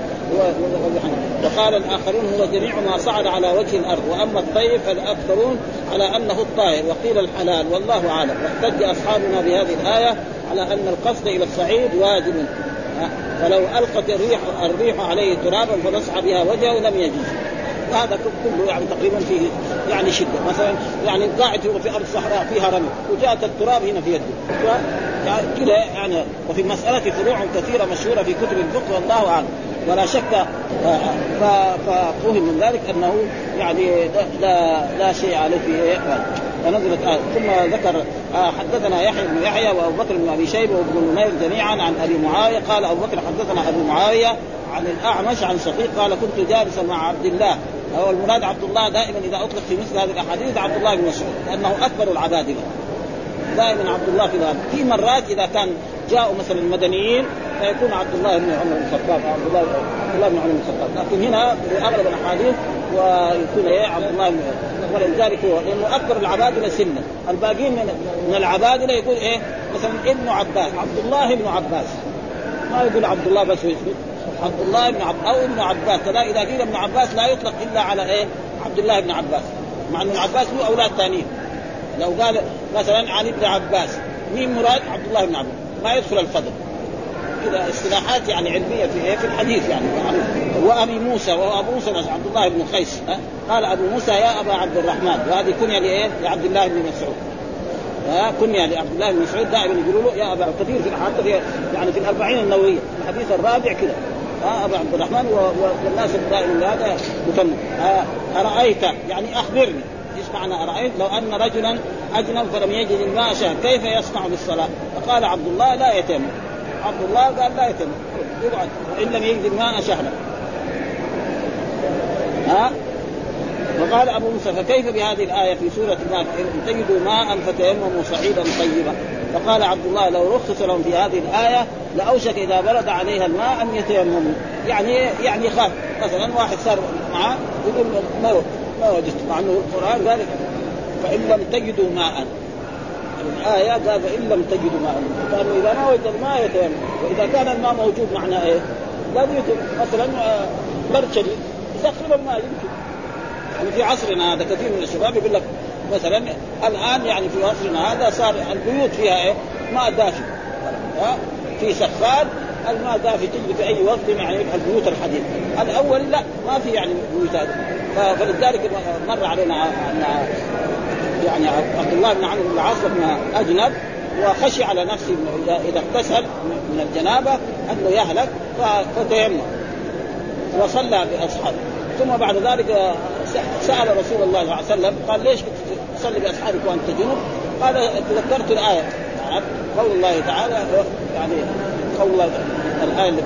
وقال الآخرون هو جميع ما صعد على وجه الأرض. وأما الطيب فالأكثرون على أنه الطاهر وقيل الحلال والله أعلم. واحتج أصحابنا بهذه الآية على أن القصد إلى الصعيد واجب فلو ألقت الريح الريح عليه ترابا فنصح بها وجهه لم يجوز. وهذا كله يعني تقريبا فيه يعني شدة. مثلا يعني قاعد في أرض صحراء فيها رمل وجاءت التراب هنا في يده يعني كده يعني. وفي مسألة فروع كثيرة مشهورة في كتب الفقه والله أعلم. ولا شك ففهم من ذلك أنه يعني لا لا شيء عليه فيه. فنزلت آية ثم ذكر آه حدثنا يحيى بن يحيى وأبو بكر بن أبي شيبة وابن نمير جميعا عن أبي معاوية قال أبو بكر حدثنا أبو معاوية عن الأعمش عن شقيق قال كنت جالسا مع عبد الله. هو المراد عبد الله دائما إذا أطلق في مثل هذه الأحاديث عبد الله بن مسعود لأنه أكبر العبادلة دائما عبد الله في ذلك. في مرات إذا كان جاءوا مثلا المدنيين فيكون عبد الله بن عمر بن الخطاب عبد الله بن عمر بن الخطاب. لكن هنا في أغلب الأحاديث ويكون إيه عبد الله بن ولذلك هو لأنه أكبر العبادلة سنا. الباقين من من العبادلة يقول إيه مثلا ابن عباس عبد الله بن عباس ما يقول عبد الله بس يثبت عبد الله بن عباس أو ابن عباس. لا إذا قيل ابن عباس لا يطلق إلا على إيه عبد الله بن عباس مع أن عباس له أولاد ثانيين. لو قال مثلا عن ابن عباس مين مراد عبد الله بن عباس ما يدخل الفضل. كذا اصطلاحات يعني علميه في ايه في الحديث يعني. وابي موسى وابو موسى عبد الله بن قيس قال ابو موسى يا ابا عبد الرحمن، وهذه كنيه لايه لعبد الله بن مسعود. ها كنيه لعبد الله بن مسعود دائما يقولوا له يا ابا، كثير في حتى في يعني في الأربعين النوويه الحديث الرابع كذا ها ابا عبد الرحمن، والناس دائما هذا مثنى. ارايت يعني اخبرني، ايش معنى ارايت؟ لو ان رجلا اجنب فلم يجد الماء شهر كيف يصنع بالصلاه؟ فقال عبد الله لا يتم. عبد الله قال لا يتم يقعد وان لم يجد الماء شهرا. ها وقال ابو موسى فكيف بهذه الايه في سوره الماء ان تجدوا ماء فتيمموا صعيدا طيبا؟ فقال عبد الله لو رخص لهم في هذه الايه لاوشك اذا برد عليها الماء ان يتيمموا. يعني يعني خاف مثلا واحد صار معه يقول ما ما وجدت، مع انه القران قال فان لم تجدوا ماء، الآية قال فإن لم تجدوا ماء، فإنه إذا ما وجد الماء يتيمم. وإذا كان الماء موجود معناه إيه؟ لازم مثلا برد شديد يسخن الماء يمكن. يعني في عصرنا هذا كثير من الشباب يقول لك مثلا الآن يعني في عصرنا هذا صار البيوت فيها إيه؟ ماء دافئ، ها في سخان الماء دافئ تجد في أي وقت يعني البيوت الحديثة. الأول لا ما في يعني بيوت هذا. فلذلك مر علينا أن يعني عبد الله بن عمرو بن العاص لما أجنب وخشي على نفسه إذا إذا اغتسل من الجنابة أنه يهلك فتيمم وصلى بأصحابه. ثم بعد ذلك سأل رسول الله صلى الله عليه وسلم قال ليش تصلي بأصحابك وأنت جنب؟ قال تذكرت الآية قول الله تعالى يعني قول الله الآية اللي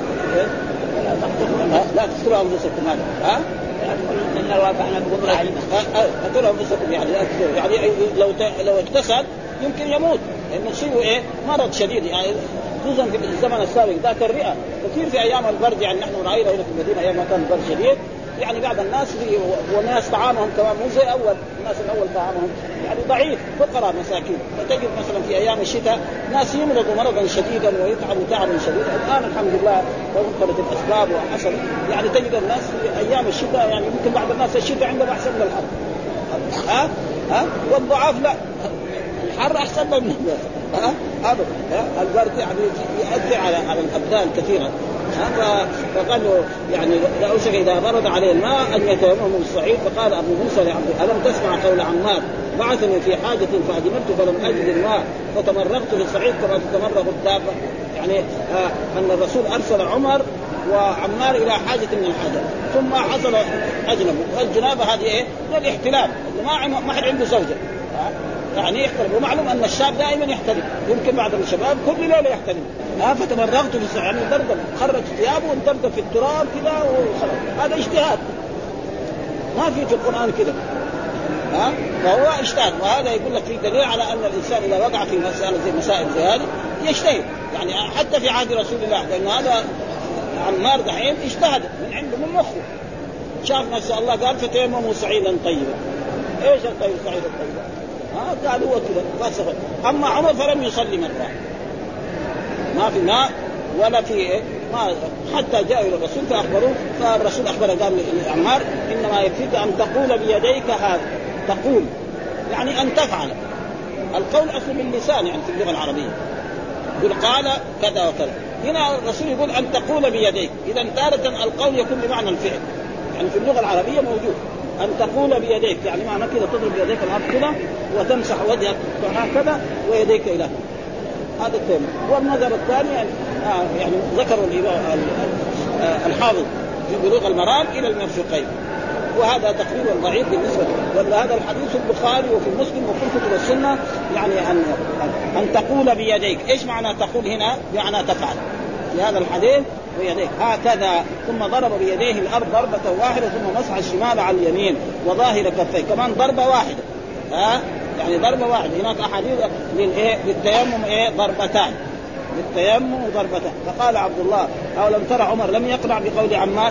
لا تقتلوا أنفسكم هذا ها إن الواقعنا بقدر علينا قتلوا أنفسكم يعني يعني لو لو اغتسل يمكن يموت لأنه شيء إيه مرض شديد يعني خصوصا في الزمن السابق ذاك الرئة كثير في أيام البرد يعني نحن رأينا هنا في المدينة أيام ما كان البرد شديد يعني بعض الناس في والناس طعامهم كمان مو زي أول الناس الأول طعامهم يعني ضعيف فقراء مساكين. فتجد مثلا في أيام الشتاء ناس يمرضوا مرضا شديدا ويتعبوا تعبا شديدا. الآن الحمد لله وفقت الأسباب وحصل يعني تجد الناس في أيام الشتاء يعني يمكن بعض الناس الشتاء عندهم أحسن من الحر ها ها والضعاف لا الحر أحسن من الناس ها هذا البرد يعني يؤثر على على الأبدان كثيرا. فقال له يعني لا أوشك إذا برد عليه الماء أن يتيمم الصعيد. فقال أبو موسى لعبد ألم تسمع قول عمار بعثني في حاجة فأدمرت فلم أجد الماء فتمرغت في الصعيد كما تتمرغ الدابة. يعني آه أن الرسول أرسل عمر وعمار إلى حاجة من الحاجة ثم حصل أجنب. والجنابة هذه إيه؟ الاحتلام ما ما حد عنده زوجة يعني يحترم. ومعلوم أن الشاب دائما يحترم يمكن بعض الشباب كل ليلة يحترم ها فتمرغت في يعني دردم خرج ثيابه وانتردم في التراب كذا وخلاص. هذا اجتهاد ما في في القرآن كذا ها فهو اجتهاد. وهذا يقول لك في دليل على أن الإنسان إذا وقع في مسألة زي مسائل زي هذه يجتهد يعني حتى في عهد رسول الله لأن هذا عمار دحين اجتهد من عنده من مخه شاف نفسه الله قال فتيمموا صعيدا طيبا. ايش الطيب صعيدا طيبا؟ ها قال هو كذا فلسفه. اما عمر فلم يصلي مره ما في ماء ولا في إيه؟ ما حتى جاء الى الرسول فاخبروه فالرسول اخبره قال لعمار انما يكفيك ان تقول بيديك هذا. تقول يعني ان تفعل. القول اصل باللسان يعني في اللغه العربيه يقول قال كذا وكذا. هنا الرسول يقول ان تقول بيديك. اذا تارة القول يكون بمعنى الفعل يعني في اللغه العربيه موجود أن تقول بيديك يعني معنى كذا تضرب بيديك الأرض كذا وتمسح وجهك هكذا ويديك إلى هذا التيمم. والنظر الثاني يعني, آه يعني ذكروا الحافظ في بلوغ المرام إلى المرفقين وهذا تقريبا ضعيف بالنسبة ولا هذا الحديث البخاري وفي مسلم وفي كتب السنة يعني أن أن تقول بيديك. إيش معنى تقول هنا؟ معنى تفعل في هذا الحديث بيديه هكذا ثم ضرب بيديه الأرض ضربة واحدة ثم مسح الشمال على اليمين وظاهر كفيه كمان ضربة واحدة ها يعني ضربة واحدة. هناك أحاديث للإيه للتيمم إيه ضربتان للتيمم ضربتان. فقال عبد الله أو لم ترى عمر لم يقنع بقول عمار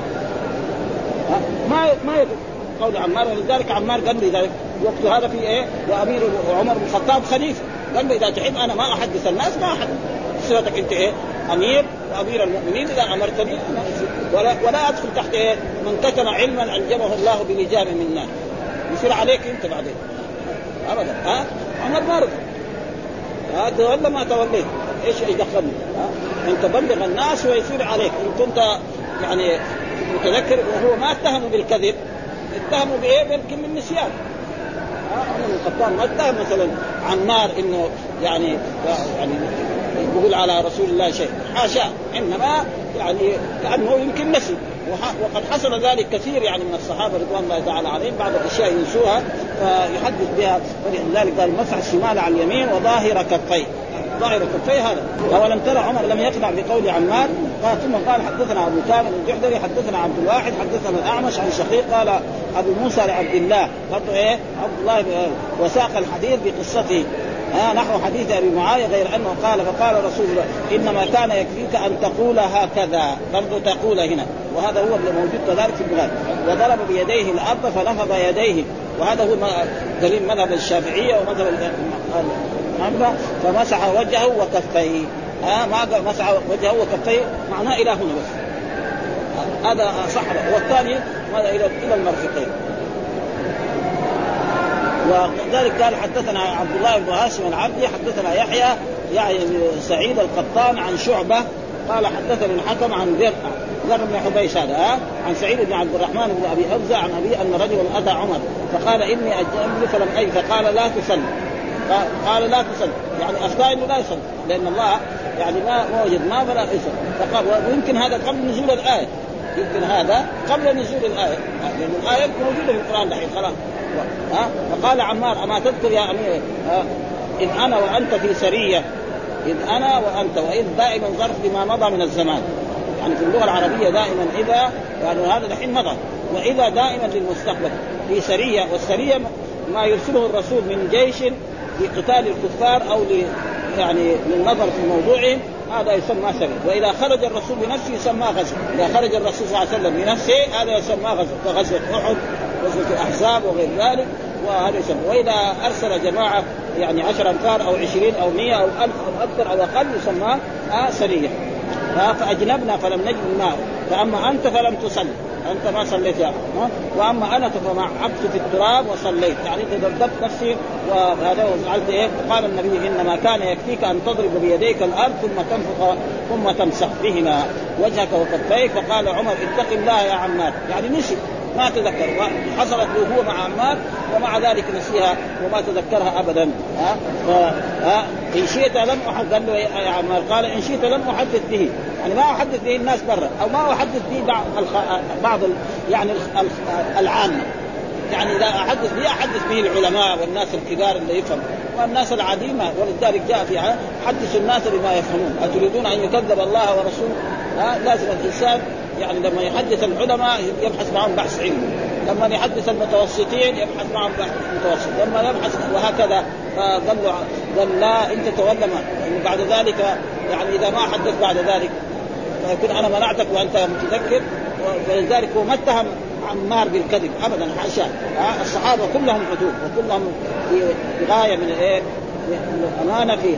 ما ما يقول قول عمار. ولذلك عمار قال لي ذلك وقت هذا في إيه وأمير عمر بن الخطاب خليفة قال لي إذا تحب أنا ما أحدث الناس ما أحدث صفتك أنت إيه أمير وأمير المؤمنين إذا أمرتني ولا, ولا أدخل تحت إيه من كتم علما ألجمه الله بلجام من نار يصير عليك أنت بعدين أبدا. ها عمر ما رضي ها تولى ما توليت ايش يدخلني؟ انت بلغ الناس ويصير عليك. ان كنت يعني متذكر وهو ما اتهموا بالكذب، اتهموا بايه؟ يمكن من نسيان. عمر بن الخطاب ما اتهم مثلا عمار انه يعني يعني يقول على رسول الله شيء، حاشا، انما يعني كانه يمكن نسي. وقد حصل ذلك كثير يعني من الصحابه رضوان الله تعالى عليهم، بعض الاشياء ينسوها فيحدث بها. ولذلك قال مسح الشمال على اليمين وظاهر كفيه، ظاهر كفيه هذا. أولم ترى عمر لم يقنع بقول عمار. قال ثم قال حدثنا أبو كامل الجحدري حدثنا عبد الواحد حدثنا الأعمش عن شقيق قال أبو موسى لعبد الله برضو إيه عبد الله وساق الحديث بقصته آه نحو حديث أبي معاوية غير أنه قال فقال رسول الله إنما كان يكفيك أن تقول هكذا، برضو تقول هنا، وهذا هو الموجود كذلك في البخاري. وضرب بيديه الأرض فنفض يديه، وهذا هو دليل مذهب الشافعية ومذهب الحنابلة. فمسح وجهه وكفيه، ها ما قال مسح وجهه وكفيه معناه إلى هنا بس، هذا صح. والثاني ماذا إلى إلى المرفقين. وذلك قال حدثنا عبد الله بن هاشم العبدي حدثنا يحيى يعني سعيد القطان عن شعبة قال حدثني الحكم عن ذر ذر بن حبيش هذا ها عن سعيد بن عبد الرحمن بن أبي أبزة عن أبي أن رجلا أتى عمر فقال إني أجنبي فلم أي، فقال لا تصلي، قال لا تصلي يعني أفتى إنه لا يصلي لأن الله يعني ما وجد ما فلا يصلي. فقال ويمكن هذا قبل نزول الآية، يمكن هذا قبل نزول الآية لأن الآية موجودة في القرآن دحين خلاص. ها فقال عمار أما تذكر يا أمير إذ أنا وأنت في سرية، إذ أنا وأنت، وإذ دائما ظرف لما مضى من الزمان، يعني في اللغة العربية دائما إذا يعني هذا دحين مضى، وإذا دائما للمستقبل في سرية. والسرية ما يرسله الرسول من جيش لقتال الكفار أو ل يعني للنظر في موضوعهم، هذا يسمى سرية. وإذا خرج الرسول بنفسه يسمى غزو، إذا خرج الرسول صلى الله عليه وسلم بنفسه هذا يسمى غزو، كغزوة أحد غزوة الأحزاب وغير ذلك، وهذا يسمى. وإذا أرسل جماعة يعني عشر أنفار أو عشرين أو مئة أو ألف أو أكثر أو أقل يسمى آه سرية. فأجنبنا فلم نجد الماء، فأما أنت فلم تصلي، أنت ما صليت يعني. وأما أنا فمعبت في التراب وصليت، يعني تدبت نفسي وهذا وفعلت إيه. قال النبي إنما كان يكفيك أن تضرب بيديك الأرض ثم تنفخ ثم تمسح بهما وجهك وكفيك. فقال عمر اتق الله يا عمار، يعني نسي ما تذكر، حصلت له هو مع عمار ومع ذلك نسيها وما تذكرها أبدا. ها ها إن شئت لم أحدث، قال له يا عمار قال إن شئت لم أحدث به، يعني ما أحدث به الناس برا أو ما أحدث به بعض بعض يعني العامة، يعني لا أحدث به أحدث به العلماء والناس الكبار اللي يفهم، والناس العديمة. ولذلك جاء في حدث الناس بما يفهمون، أتريدون أن يكذب الله ورسوله؟ ها لازم الإنسان يعني لما يحدث العلماء يبحث معهم بحث علمي، لما يحدث المتوسطين يبحث معهم بحث متوسط، لما يبحث وهكذا. فقال له قال لا أنت تولى يعني بعد ذلك، يعني إذا ما حدث بعد ذلك فيكون أنا منعتك وأنت متذكر. ولذلك هو ما اتهم عمار بالكذب أبدا، حاشا. الصحابة كلهم عدول وكلهم في غاية من الإيه من الأمانة فيه.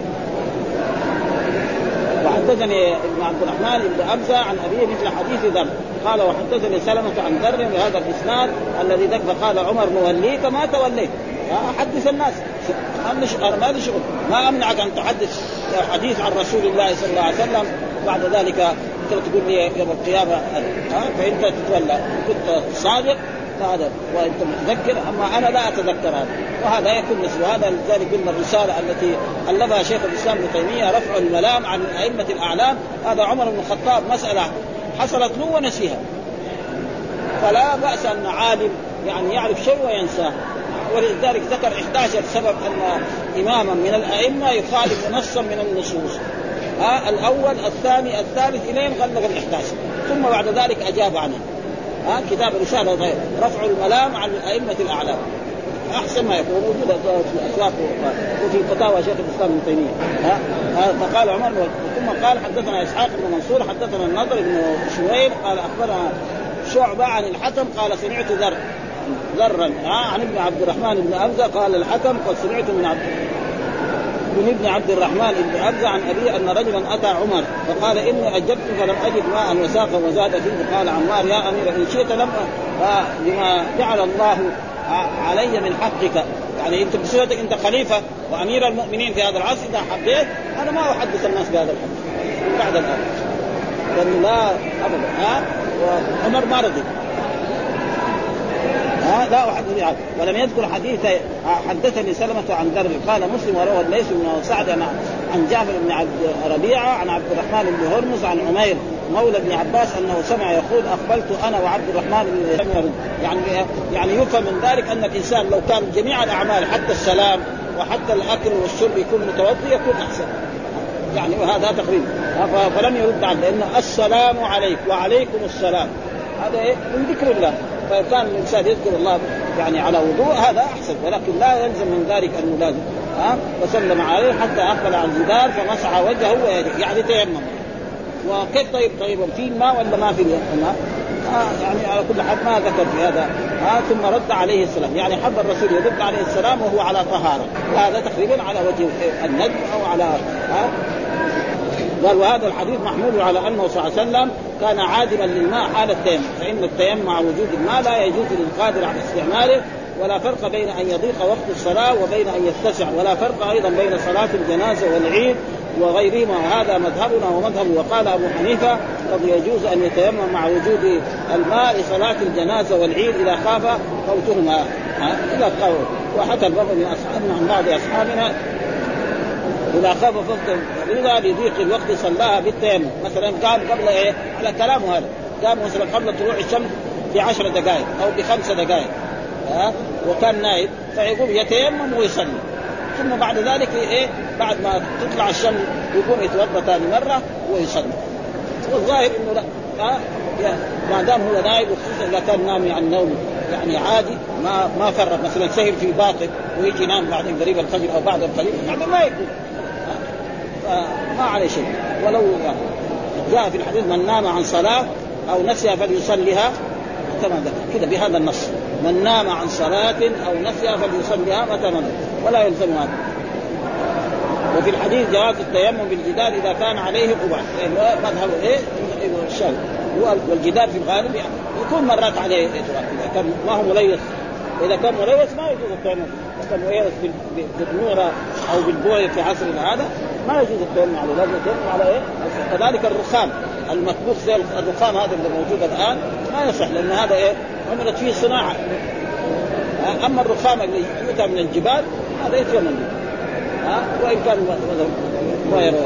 وحدثني ابن عبد الرحمن بن أبزة عن أبيه مثل حديث ذر قال وحدثني سلمة عن ذر بهذا الإسناد الذي ذكر. فقال عمر نوليك ما توليت، أحدث الناس، أنا ما لي شغل، ما أمنعك أن تحدث حديث عن رسول الله صلى الله عليه وسلم بعد ذلك تقول لي يوم القيامة فأنت تتولى، كنت صادق هذا وأنت متذكر، أما أنا لا أتذكر هذا، وهذا يكون نسبه. وهذا لذلك قلنا الرسالة التي ألفها شيخ الإسلام ابن تيمية رفع الملام عن أئمة الأعلام، هذا عمر بن الخطاب مسألة حصلت له ونسيها، فلا بأس أن عالم يعني يعرف شيء وينساه. ولذلك ذكر إحدى عشر سبب أن إماما من الأئمة يخالف نصا من النصوص، ها الأول الثاني الثالث إلين غلق الإحدى عشر، ثم بعد ذلك أجاب عنه. ها كتاب رسالة غير رفع الملام عن أئمة الأعلام أحسن ما يكون موجودة في الأسواق وفي فتاوى شيخ الإسلام ابن تيمية. ها فقال عمر ثم قال حدثنا إسحاق بن منصور حدثنا النضر بن شويل قال أخبرنا شعبة عن الحكم قال سمعت ذر ذرا عن ابن عبد الرحمن بن أبزة قال الحكم قد سمعت من عبد من ابن عبد الرحمن بن أبزة عن أبي أن رجلا أتى عمر فقال إني أجبت فلم أجد ماء وساق وزاد فيه. قال عمار يا أمير إن شئت لم لما جعل الله علي من حقك، يعني أنت بصفتك أنت خليفة وأمير المؤمنين في هذا العصر إذا حبيت أنا ما أحدث الناس بهذا الحديث بعد الآن لأنه لا أبدا. ها وعمر ما رضي ها لا أحد هذا. ولم يذكر حديث حدثني سلمة عن درب قال مسلم وروى الليث بن سعد عن جابر بن عبد ربيعة عن عبد الرحمن بن هرمز عن عمير مولى ابن عباس أنه سمع يقول أقبلت أنا وعبد الرحمن بن هرمز. يعني يعني يفهم من ذلك أن الإنسان لو كان جميع الأعمال حتى السلام وحتى الأكل والشرب يكون متوضي يكون أحسن يعني. وهذا تقريبا فلم يرد عنه لأن السلام عليك وعليكم السلام هذا إيه من ذكر الله. فكان الإنسان يذكر الله يعني على وضوء هذا أحسن ولكن لا يلزم من ذلك أنه لازم. ها وسلم عليه حتى أقبل على الجدار فمسح وجهه ويده يعني تيمم. وكيف طيب طيب في الماء ولا ما في الماء؟ آه يعني على كل حال ما ذكر في هذا. آه ثم رد عليه السلام يعني حب الرسول يرد عليه السلام وهو على طهارة. وهذا تقريبا على وجه الندب أو على آه قال وهذا الحديث محمول على أنه صلى الله عليه وسلم كان عادما للماء حال التيمم فإن التيمم مع وجود الماء لا يجوز للقادر على استعماله ولا فرق بين أن يضيق وقت الصلاة وبين أن يتسع ولا فرق أيضا بين صلاة الجنازة والعيد وغيرهما. وهذا مذهبنا ومذهب وقال أبو حنيفة قد يجوز أن يتيمم مع وجود الماء لصلاة الجنازة والعيد إذا خاف فوتهما إذا قالوا. وحتى البعض من أصحابنا عن بعض أصحابنا إذا خاف فوت الفريضة لضيق الوقت صلاها بالتيمم. مثلا قام قبل إيه على كلامه هذا قام مثلا قبل طلوع الشمس بعشر دقائق أو بخمس دقائق ها وكان نائب فيقوم يتيمم ويصلي ثم بعد ذلك إيه بعد ما تطلع الشمس يقوم يتوضأ ثاني مرة ويصلي. والظاهر إنه لا ها ما دام هو نائب وخصوصا إذا كان نامي عن نوم يعني عادي ما ما فرق مثلا سهر في باطل ويجي ينام بعد قريب الفجر أو بعد القليل يعني ما يكون ما عليه شيء. ولو جاء في الحديث من نام عن صلاة أو نسيها فليصليها كما كده بهذا النص من نام عن صلاة أو نسيها فليصليها متى نام ولا يلزم هذا. وفي الحديث جواز التيمم بالجدار إذا كان عليه قبعة يعني مذهب إيه الشافعي والجدار في الغالب يعني يكون مرات عليه إذا كان ما هو مليس. إذا كان مليس ما يجوز التيمم. كان مليس بالنورة أو بالبوية في عصرنا هذا ما يجوز التيمم عليه لازم التيمم على إيه. كذلك الرخام المطبوخ زي الرخام هذا اللي موجود الآن ما يصح لأن هذا إيه عملت فيه صناعة. أما الرخام اللي يؤتى من الجبال هذا يتيمم ها وإن كان ما يروى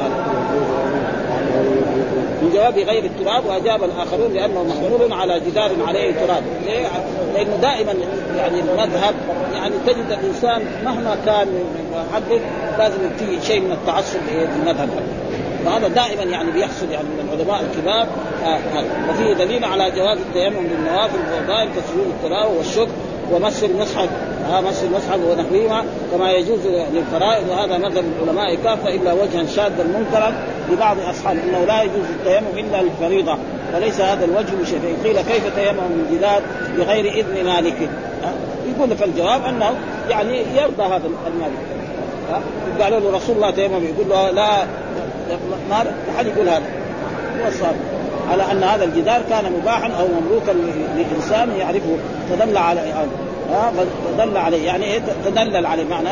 من جواب غير التراب. وأجاب الآخرون لأنه محمول على جدار عليه تراب لأنه دائما يعني المذهب يعني تجد الإنسان مهما كان محدث لازم فيه شيء من التعصب للمذهب وهذا دائما يعني بيحصل يعني من العلماء الكبار. آه وفيه دليل على جواز التيمم للنوافل والفضائل كسجود التلاوة والشكر ومس المصحف ها مس المصحف ونحوهما كما يجوز للفرائض. وهذا مذهب العلماء كافة إلا وجها شاذا منكرا لبعض أصحاب إنه لا يجوز التيمم إلا للفريضة وليس هذا الوجه بشيء. قيل كيف تيمم من جدار بغير إذن مالك؟ يقول في الجواب أنه يعني يرضى هذا المالك. قالوا له رسول الله تيمم يقول له لا ما أحد يقول هذا هو الصواب على أن هذا الجدار كان مباحا أو مملوكا لإنسان يعرفه تدل على ها تدل عليه يعني تدلل عليه معنى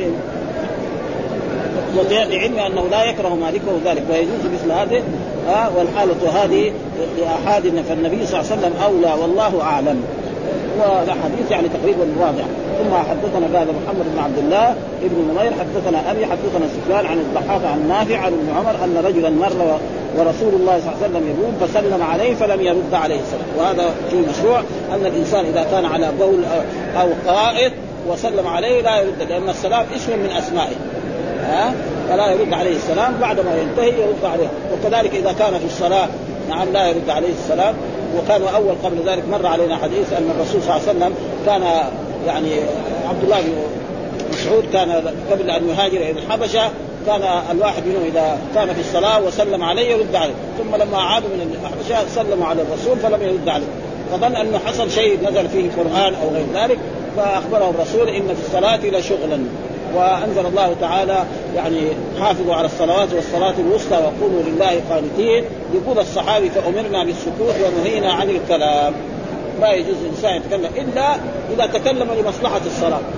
لعلم أنه لا يكره مالكه ذلك ويجوز مثل هذه ها والحالة هذه لأحد فالنبي صلى الله عليه وسلم أولى والله أعلم. وهذا حديث يعني تقريبا واضح. ثم حدثنا هذا محمد بن عبد الله ابن نمير حدثنا أبي حدثنا سفيان عن الضحاك عن نافع عن ابن عمر أن رجلا مر ورسول الله صلى الله عليه وسلم يقول فسلم عليه فلم يرد عليه السلام. وهذا في مشروع أن الإنسان إذا كان على بول أو قائط وسلم عليه لا يرد لأن السلام اسم من أسمائه ها فلا يرد عليه السلام بعد ما ينتهي يرد عليه. وكذلك إذا كان في الصلاة نعم لا يرد عليه السلام. وكان أول قبل ذلك مر علينا حديث أن الرسول صلى الله عليه وسلم كان يعني عبد الله بن مسعود كان قبل أن يهاجر إلى الحبشة كان الواحد منهم إذا كان في الصلاة وسلم عليه يرد عليه ثم لما عادوا من الحبشة سلموا على الرسول فلم يرد عليه فظن أنه حصل شيء نزل فيه القرآن أو غير ذلك فأخبره الرسول إن في الصلاة لشغلا. وأنزل الله تعالى يعني حافظوا على الصلوات والصلاة الوسطى وقولوا لله قانتين. يقول الصحابي فأمرنا بالسكوت ونهينا عن الكلام. ما يجوز الإنسان يتكلم إلا إذا تكلم لمصلحة الصلاة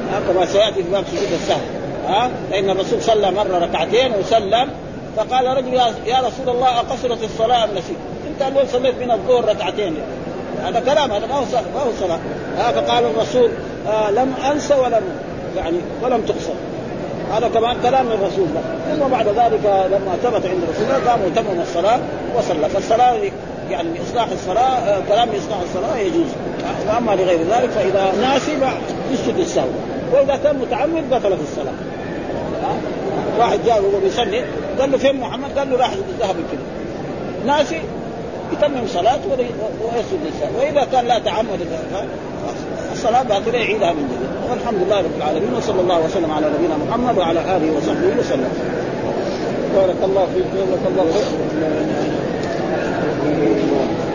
كما سياتي في باب سجود السهو. ها لان الرسول صلى مره ركعتين وسلم فقال رجل يا رسول الله اقصرت الصلاه ام نسيت؟ انت اليوم صليت من الظهر ركعتين، هذا كلام، هذا ما هو صلاة ما هو صلاة. ها فقال الرسول آه لم انسى ولم يعني ولم تقصر، هذا كمان كلام الرسول. ثم بعد ذلك لما ثبت عند الرسول قام وتمم الصلاة وصلى. فالصلاة يعني إصلاح الصلاة آه كلام إصلاح الصلاة يجوز، وأما لغير ذلك فإذا ناسي يسجد السهو، وإذا كان متعمد بطلت الصلاة. واحد جاء وهو بيصلي قال له فين محمد؟ قال له راح ذهب كده، ناسي يتمم صلاته ويسجد السهو. وإذا كان لا تعمد الصلاة باطلة يعيدها من جديد. والحمد لله رب العالمين، وصلى الله وسلم على نبينا محمد وعلى آله وصحبه وسلم. بارك الله فيك. بارك الله فيك.